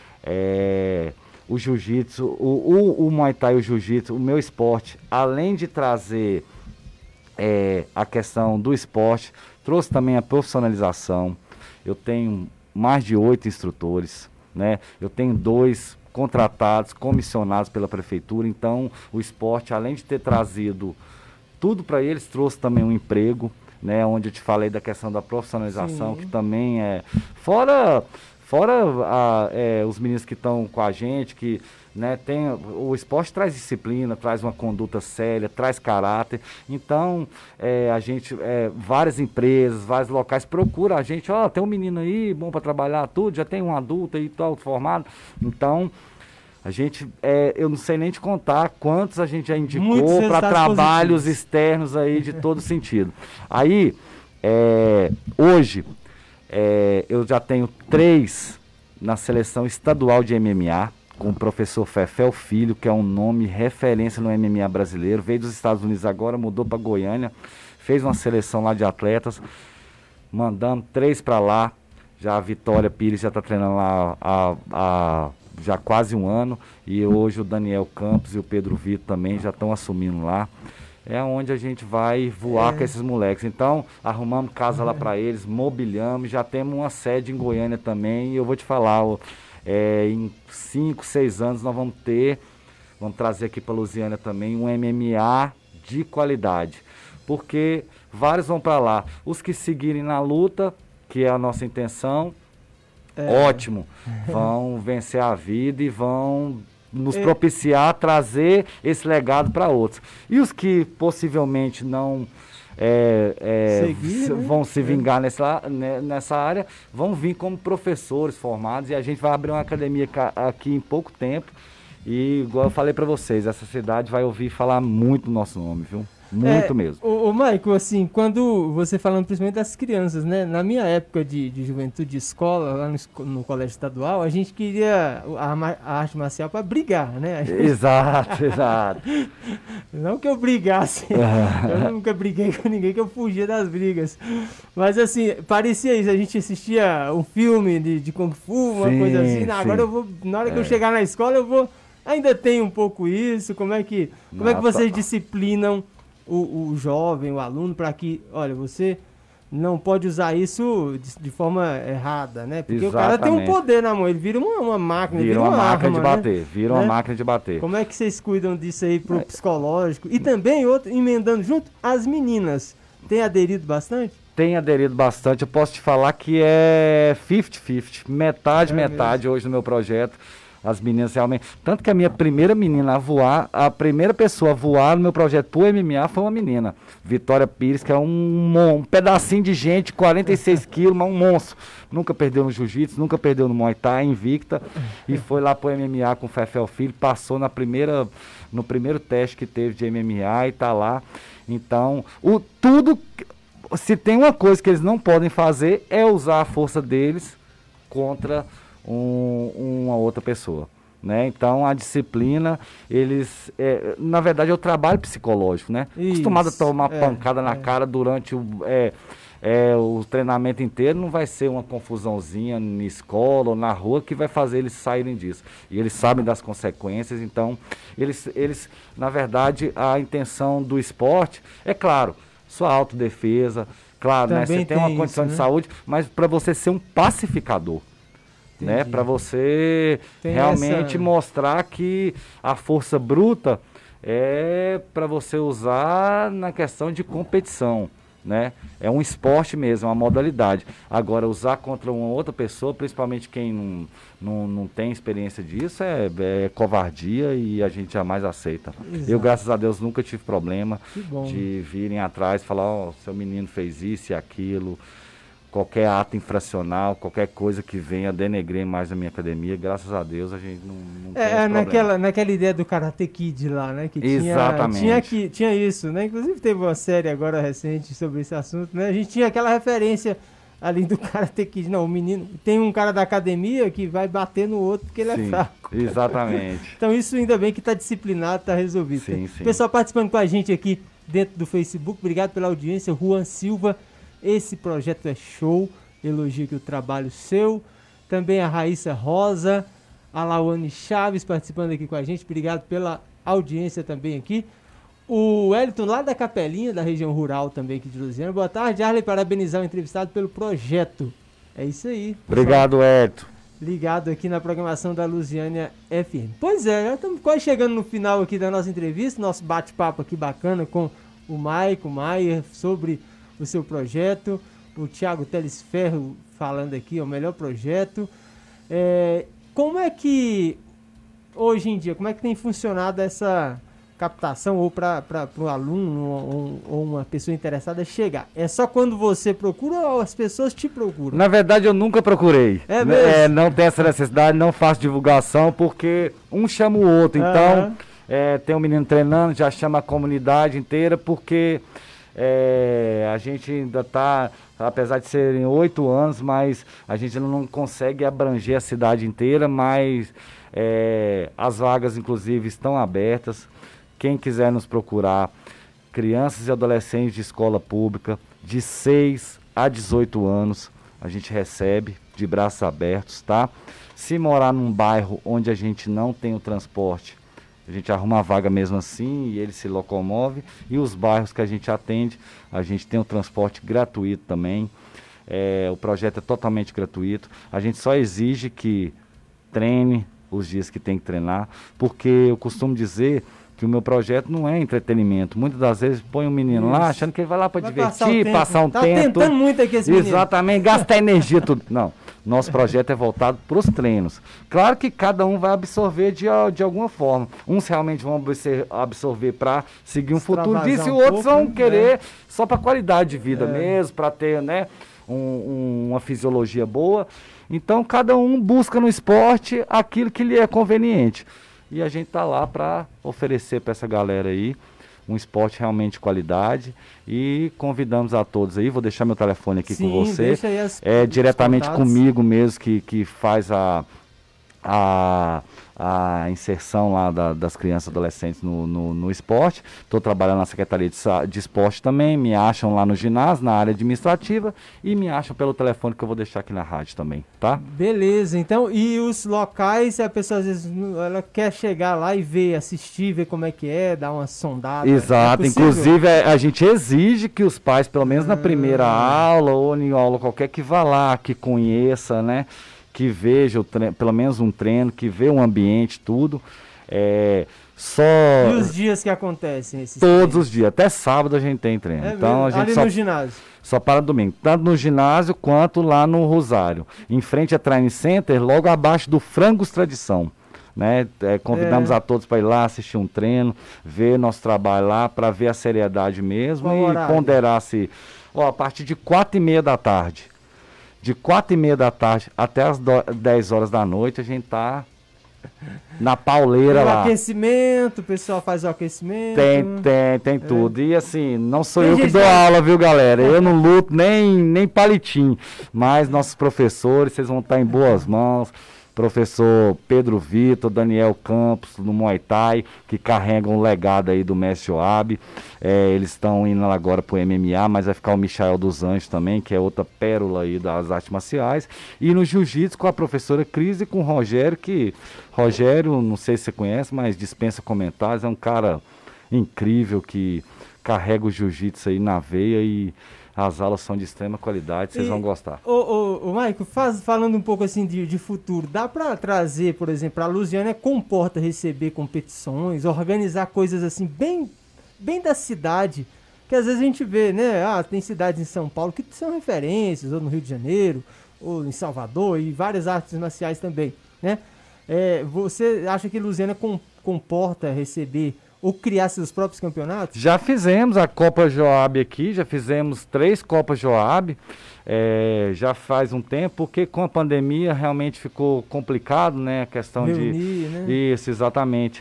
É, o jiu-jitsu, o, o, o Muay Thai e o jiu-jitsu, o meu esporte, além de trazer é, a questão do esporte, trouxe também a profissionalização. Eu tenho mais de oito instrutores, né? Eu tenho dois contratados, comissionados pela prefeitura. Então, o esporte, além de ter trazido tudo para eles, trouxe também um emprego, né? Onde eu te falei da questão da profissionalização, Sim. que também é... Fora, fora a, é, os meninos que estão com a gente, que... Né, tem, o esporte traz disciplina, traz uma conduta séria, traz caráter. Então, é, a gente, é, várias empresas, vários locais procuram a gente. Ó, tem um menino aí, bom para trabalhar, tudo, já tem um adulto aí, tal, formado. Então, a gente, é, eu não sei nem te contar quantos a gente já indicou para trabalhos positivos. Externos aí de todo sentido. Aí, é, hoje, é, eu já tenho três na seleção estadual de M M A. com o professor Fefel Filho, que é um nome referência no M M A brasileiro, veio dos Estados Unidos agora, mudou para Goiânia, fez uma seleção lá de atletas, mandando três para lá. Já a Vitória Pires já está treinando lá há, há já quase um ano, e hoje o Daniel Campos e o Pedro Vitor também já estão assumindo lá. É onde a gente vai voar é. com esses moleques. Então, arrumamos casa é. lá para eles, mobiliamos, já temos uma sede em Goiânia também, e eu vou te falar, ó, é, em cinco, seis anos nós vamos ter, vamos trazer aqui para Lusiânia também um M M A de qualidade, porque vários vão para lá. Os que seguirem na luta, que é a nossa intenção, é. ótimo, vão vencer a vida e vão nos é. propiciar trazer esse legado para outros. E os que possivelmente não é, é, Seguir, né? vão se vingar é. nessa, nessa área, vão vir como professores formados, e a gente vai abrir uma academia aqui em pouco tempo. E igual eu falei para vocês, essa cidade vai ouvir falar muito do nosso nome, viu? Muito é, mesmo. Ô, ô Michael, assim, quando você falando principalmente das crianças, né? Na minha época de, de juventude de escola, lá no, no colégio estadual, a gente queria a, a arte marcial para brigar, né? Gente... Exato, exato. Não que eu brigasse, eu nunca briguei com ninguém, que eu fugia das brigas. Mas assim, parecia isso, a gente assistia um filme de, de Kung Fu, uma sim, coisa assim. Não, agora eu vou, na hora que é. eu chegar na escola, eu vou... Ainda tem um pouco isso, como é que, como é que vocês disciplinam O, o jovem, o aluno, para que, olha, você não pode usar isso de, de forma errada, né? Porque Exatamente. o cara tem um poder na mão, ele vira uma, uma máquina, vira, vira uma, uma máquina arma, de bater, né? vira uma né? máquina de bater. Como é que vocês cuidam disso aí pro é. psicológico? E também, outro, emendando junto, as meninas, tem aderido bastante? Tem aderido bastante, eu posso te falar que é cinquenta cinquenta, metade, é metade mesmo. Hoje no meu projeto. As meninas realmente... Tanto que a minha primeira menina a voar, a primeira pessoa a voar no meu projeto pro M M A foi uma menina. Vitória Pires, que é um, um pedacinho de gente, quarenta e seis quilos, mas um monstro. Nunca perdeu no jiu-jitsu, nunca perdeu no Muay Thai, invicta. E foi lá pro M M A com o Fefel Filho, passou na primeira, no primeiro teste que teve de M M A e tá lá. Então, o, tudo... Se tem uma coisa que eles não podem fazer é usar a força deles contra... Um, uma outra pessoa, né? Então a disciplina, eles, é, na verdade é o trabalho psicológico, né? Isso, acostumado a tomar é, pancada na é. cara durante o, é, é, o treinamento inteiro, não vai ser uma confusãozinha na escola ou na rua que vai fazer eles saírem disso. E eles sabem das consequências, então eles, eles na verdade, a intenção do esporte é, claro, sua autodefesa, claro, né? Você tem, tem uma condição isso, de né? saúde, mas para você ser um pacificador. Né, para você Tem realmente essa... mostrar que a força bruta é para você usar na questão de competição, né? É um esporte mesmo, uma modalidade. Agora, usar contra uma outra pessoa, principalmente quem não, não, não tem experiência disso, é, é covardia e a gente jamais aceita. Exato. Eu, graças a Deus, nunca tive problema de virem atrás e falar, ó, oh, seu menino fez isso e aquilo. Qualquer ato infracional, qualquer coisa que venha denegrir mais a minha academia, graças a Deus a gente não, não tem É, naquela, naquela ideia do Karate Kid lá, né? Que Exatamente. Tinha, tinha, que, tinha isso, né? Inclusive teve uma série agora recente sobre esse assunto, né? A gente tinha aquela referência ali do Karate Kid. Não, o menino... Tem um cara da academia que vai bater no outro porque ele sim, é fraco. Exatamente. Então isso ainda bem que está disciplinado, está resolvido. Sim, sim. Pessoal participando com a gente aqui dentro do Facebook, obrigado pela audiência. Juan Silva. Esse projeto é show, elogio aqui o trabalho seu. Também a Raíssa Rosa, a Lawane Chaves participando aqui com a gente, obrigado pela audiência também aqui. O Wellington lá da Capelinha, da região rural também aqui de Lusiânia. Boa tarde, Arley, parabenizar o entrevistado pelo projeto. É isso aí. Obrigado, Wellington. Ligado aqui na programação da Lusiânia F M. Pois é, já estamos quase chegando no final aqui da nossa entrevista, nosso bate-papo aqui bacana com o Maico Maier sobre... o seu projeto, o Thiago Teles Ferro falando aqui, é o melhor projeto. É, como é que, hoje em dia, como é que tem funcionado essa captação ou para o aluno ou, ou uma pessoa interessada chegar? É só quando você procura ou as pessoas te procuram? Na verdade, eu nunca procurei. É mesmo? É, não tem essa necessidade, não faço divulgação, porque um chama o outro. Então, uhum. é, tem um menino treinando, já chama a comunidade inteira, porque... É, a gente ainda está, apesar de serem oito anos, mas a gente não consegue abranger a cidade inteira, mas é, as vagas, inclusive, estão abertas. Quem quiser nos procurar, crianças e adolescentes de escola pública, de seis a dezoito anos, a gente recebe de braços abertos, tá? Se morar num bairro onde a gente não tem o transporte, a gente arruma a vaga mesmo assim e ele se locomove. E os bairros que a gente atende, a gente tem o transporte gratuito também. É, o projeto é totalmente gratuito. A gente só exige que treine os dias que tem que treinar, porque eu costumo dizer que o meu projeto não é entretenimento. Muitas das vezes põe um menino Isso. lá, achando que ele vai lá para divertir, passar, passar um tá tempo. Tá tentando muito aqui esse menino. Exatamente, gastar energia, tudo. Não, nosso projeto é voltado para os treinos. Claro que cada um vai absorver de, de alguma forma. Uns realmente vão absorver para seguir um futuro disso, e um outros pouco, vão querer né? só para qualidade de vida É. mesmo, para ter, né, um, um, uma fisiologia boa. Então, cada um busca no esporte aquilo que lhe é conveniente. E a gente está lá para oferecer para essa galera aí um esporte realmente de qualidade. E convidamos a todos aí, vou deixar meu telefone aqui Sim, com você. deixa aí as, é diretamente contatos. comigo mesmo que, que faz a, a, a inserção lá da, das crianças e adolescentes no, no, no esporte. Estou trabalhando na Secretaria de, de Esporte também, me acham lá no ginásio, na área administrativa, e me acham pelo telefone que eu vou deixar aqui na rádio também, tá? Beleza, então, e os locais, a pessoa às vezes ela quer chegar lá e ver, assistir, ver como é que é, dar uma sondada. Exato, é inclusive a, a gente exige que os pais, pelo menos na Ah. primeira aula ou em aula qualquer, que vá lá, que conheça, né? Que veja o treino, pelo menos um treino, que vê o ambiente, tudo. É, só E os dias que acontecem esses todos treinos? os dias, até sábado a gente tem treino. É então mesmo? a gente Ali só, no ginásio? só para domingo, tanto no ginásio quanto lá no Rosário. Em frente a Training Center, logo abaixo do Frangos Tradição. Né? É, convidamos É. a todos para ir lá assistir um treino, ver nosso trabalho lá, para ver a seriedade mesmo. Qual e horário? ponderar se, ó, a partir de quatro e meia da tarde, de quatro e meia da tarde até as do- dez horas da noite, a gente tá na pauleira Tem o lá. aquecimento, o pessoal faz o aquecimento. Tem, tem, tem tudo. E assim, não sou Tem eu que gente dou que- aula, viu, galera? Eu não luto nem, nem palitinho. Mas nossos professores, vocês vão estar em boas mãos. Professor Pedro Vitor, Daniel Campos, no Muay Thai, que carregam o legado aí do mestre Joab. É, eles estão indo agora pro M M A, mas vai ficar o Michael dos Anjos também, que é outra pérola aí das artes marciais. E no Jiu-Jitsu com a professora Cris e com o Rogério, que... Rogério, não sei se você conhece, mas dispensa comentários, é um cara incrível que carrega o Jiu-Jitsu aí na veia e... As aulas são de extrema qualidade, vocês E, vão gostar. Ô, ô, ô Maico, faz, falando um pouco assim de, de futuro, dá para trazer, por exemplo, a Lusiânia comporta receber competições, organizar coisas assim, bem, bem da cidade, que às vezes a gente vê, né? Ah, tem cidades em São Paulo que são referências, ou no Rio de Janeiro, ou em Salvador, e várias artes marciais também, né? É, você acha que Lusiânia com, comporta receber ou criar seus próprios campeonatos? Já fizemos a Copa Joab aqui, já fizemos três Copas Joab, é, já faz um tempo, porque com a pandemia realmente ficou complicado, né, a questão Reunir, de... né? Isso, exatamente.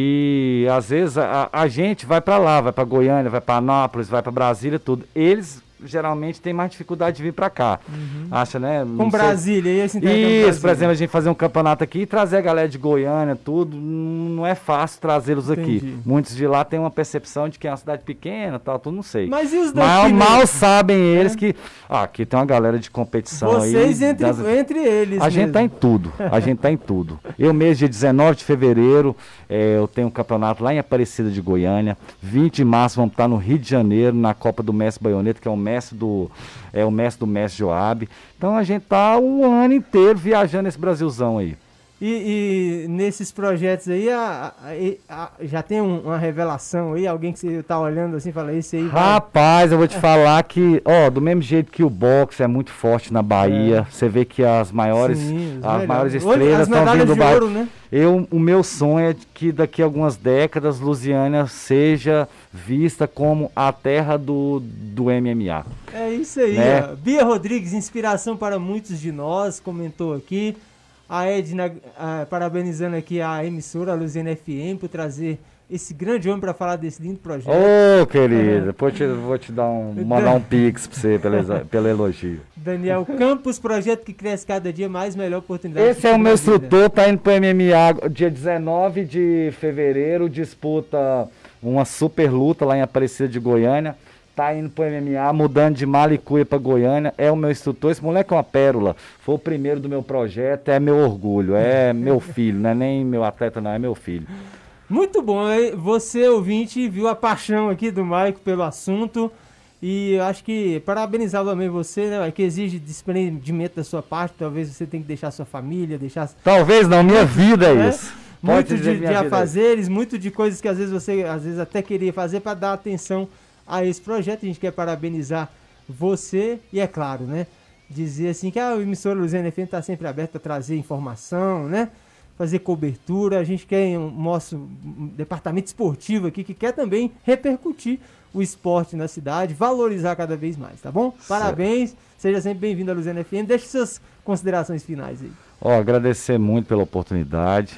E às vezes a, a gente vai para lá, vai para Goiânia, vai para Anápolis, vai para Brasília, tudo. Eles geralmente têm mais dificuldade de vir para cá. Uhum. Acha, né? Com Não sei- Brasília, e esse intercâmbio Isso, Brasília? por exemplo, a gente fazer um campeonato aqui e trazer a galera de Goiânia, tudo, não é fácil trazê-los aqui. Entendi. Muitos de lá têm uma percepção de que é uma cidade pequena, tal, tudo, não sei. Mas e os Mal, daqui, né? mal sabem eles É. que ah, aqui tem uma galera de competição aí. Vocês entre, das- entre eles A gente mesmo. tá em tudo, a gente tá em tudo. Eu mesmo, dia dezenove de fevereiro, eh, eu tenho um campeonato lá em Aparecida de Goiânia. vinte de março vamos estar no Rio de Janeiro, na Copa do Mestre Baioneta, que é o mestre do, é o mestre do mestre Joab. Então a gente tá um ano inteiro viajando esse Brasilzão aí. E, e nesses projetos aí, a, a- a- já tem um- uma revelação aí? Alguém que você tá olhando assim e fala, esse aí vai... Rapaz, eu vou te falar que, ó, do mesmo jeito que o boxe é muito forte na Bahia, você vê que as maiores, Sim, os as melhores. maiores Hoje, estrelas as estão medalhas vindo do de Bahia. ouro, né? Eu, o meu sonho é que daqui a algumas décadas Lusiânia seja vista como a terra do, do M M A. É isso aí, Né? ó. Bia Rodrigues, inspiração para muitos de nós, comentou aqui. A Edna, ah, parabenizando aqui a emissora, a Lusiana F M, por trazer esse grande homem para falar desse lindo projeto. Ô, oh, querido, depois eu vou te dar um, mandar um pix para você pelo, pelo elogio. Daniel Campos, projeto que cresce cada dia mais, melhor oportunidade. Esse é o meu instrutor, tá indo pro M M A dia dezenove de fevereiro, disputa uma super luta lá em Aparecida de Goiânia. Tá indo pro M M A, mudando de Malicuia para Goiânia, é o meu instrutor. Esse moleque é uma pérola, foi o primeiro do meu projeto, é meu orgulho, é meu filho, não é nem meu atleta não, é meu filho. Muito bom, você ouvinte viu a paixão aqui do Maico pelo assunto e eu acho que parabenizar também você, né, que exige desprendimento da sua parte, talvez você tenha que deixar sua família, deixar... Talvez não, minha vida é isso. Né? Muito de, de afazeres, muito de coisas que às vezes você às vezes até queria fazer para dar atenção a esse projeto. A gente quer parabenizar você e é claro, né, dizer assim que a emissora Luziânia F M está sempre aberta a trazer informação, né, fazer cobertura. A gente quer um nosso departamento esportivo aqui que quer também repercutir o esporte na cidade, valorizar cada vez mais, tá bom? Parabéns, seja sempre bem-vindo à Luziânia F M. Deixe suas considerações finais aí. Ó, agradecer muito pela oportunidade,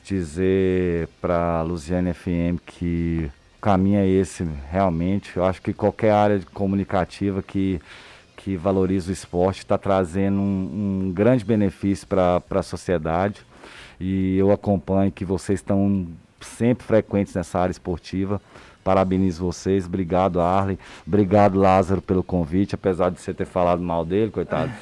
dizer para a Luziânia F M que o caminho é esse realmente. Eu acho que qualquer área comunicativa que, que valoriza o esporte está trazendo um, um grande benefício para a sociedade. E eu acompanho que vocês estão sempre frequentes nessa área esportiva. Parabenizo vocês, obrigado Arley, obrigado Lázaro pelo convite, apesar de você ter falado mal dele, coitado,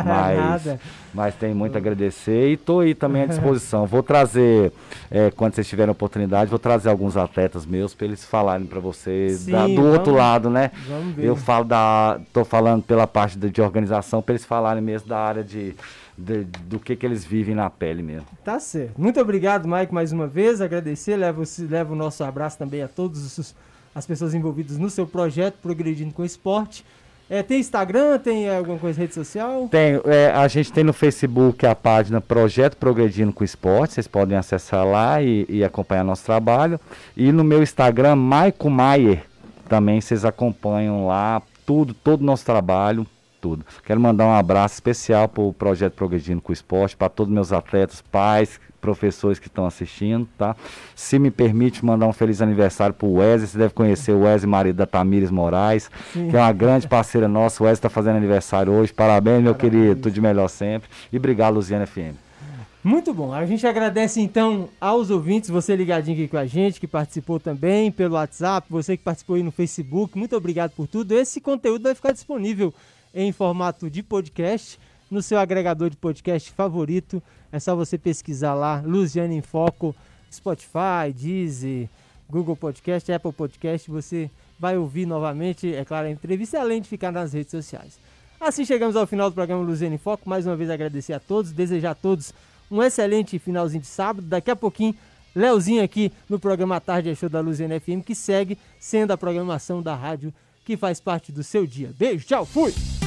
mas, mas tem muito a agradecer e estou aí também à disposição. Vou trazer, é, quando vocês tiverem oportunidade, vou trazer alguns atletas meus para eles falarem para vocês. Sim, da, do vamos, outro lado, né? Vamos ver. Eu falo da, estou falando pela parte de, de organização, para eles falarem mesmo da área de... De, do que, que eles vivem na pele mesmo. Tá certo. Muito obrigado, Mike, mais uma vez. Agradecer, leva, leva o nosso abraço também a todas as pessoas envolvidas no seu projeto Progredindo com Esporte. É, tem Instagram, tem alguma coisa, rede social? Tem, é, a gente tem no Facebook a página Projeto Progredindo com Esporte, vocês podem acessar lá e, e acompanhar nosso trabalho. E no meu Instagram, Maico Maier, também vocês acompanham lá tudo, todo o nosso trabalho. Tudo. Quero mandar um abraço especial para o Projeto Progredindo com o Esporte, para todos meus atletas, pais, professores que estão assistindo, tá? Se me permite mandar um feliz aniversário para o Wesley, você deve conhecer o Wesley, marido da Tamires Moraes, sim, que é uma grande parceira nossa. O Wesley está fazendo aniversário hoje, parabéns, meu parabéns, querido, tudo de melhor sempre, e obrigado, Luziânia F M. Muito bom, a gente agradece então aos ouvintes, você ligadinho aqui com a gente, que participou também pelo WhatsApp, você que participou aí no Facebook, muito obrigado por tudo. Esse conteúdo vai ficar disponível em formato de podcast, no seu agregador de podcast favorito. É só você pesquisar lá, Luziânia em Foco, Spotify, Deezer, Google Podcast, Apple Podcast. Você vai ouvir novamente, é claro, a entrevista, além de ficar nas redes sociais. Assim chegamos ao final do programa Luziânia em Foco. Mais uma vez agradecer a todos, desejar a todos um excelente finalzinho de sábado. Daqui a pouquinho, Leozinho aqui no programa A Tarde é Show da Luziânia F M, que segue sendo a programação da rádio que faz parte do seu dia. Beijo, tchau, fui!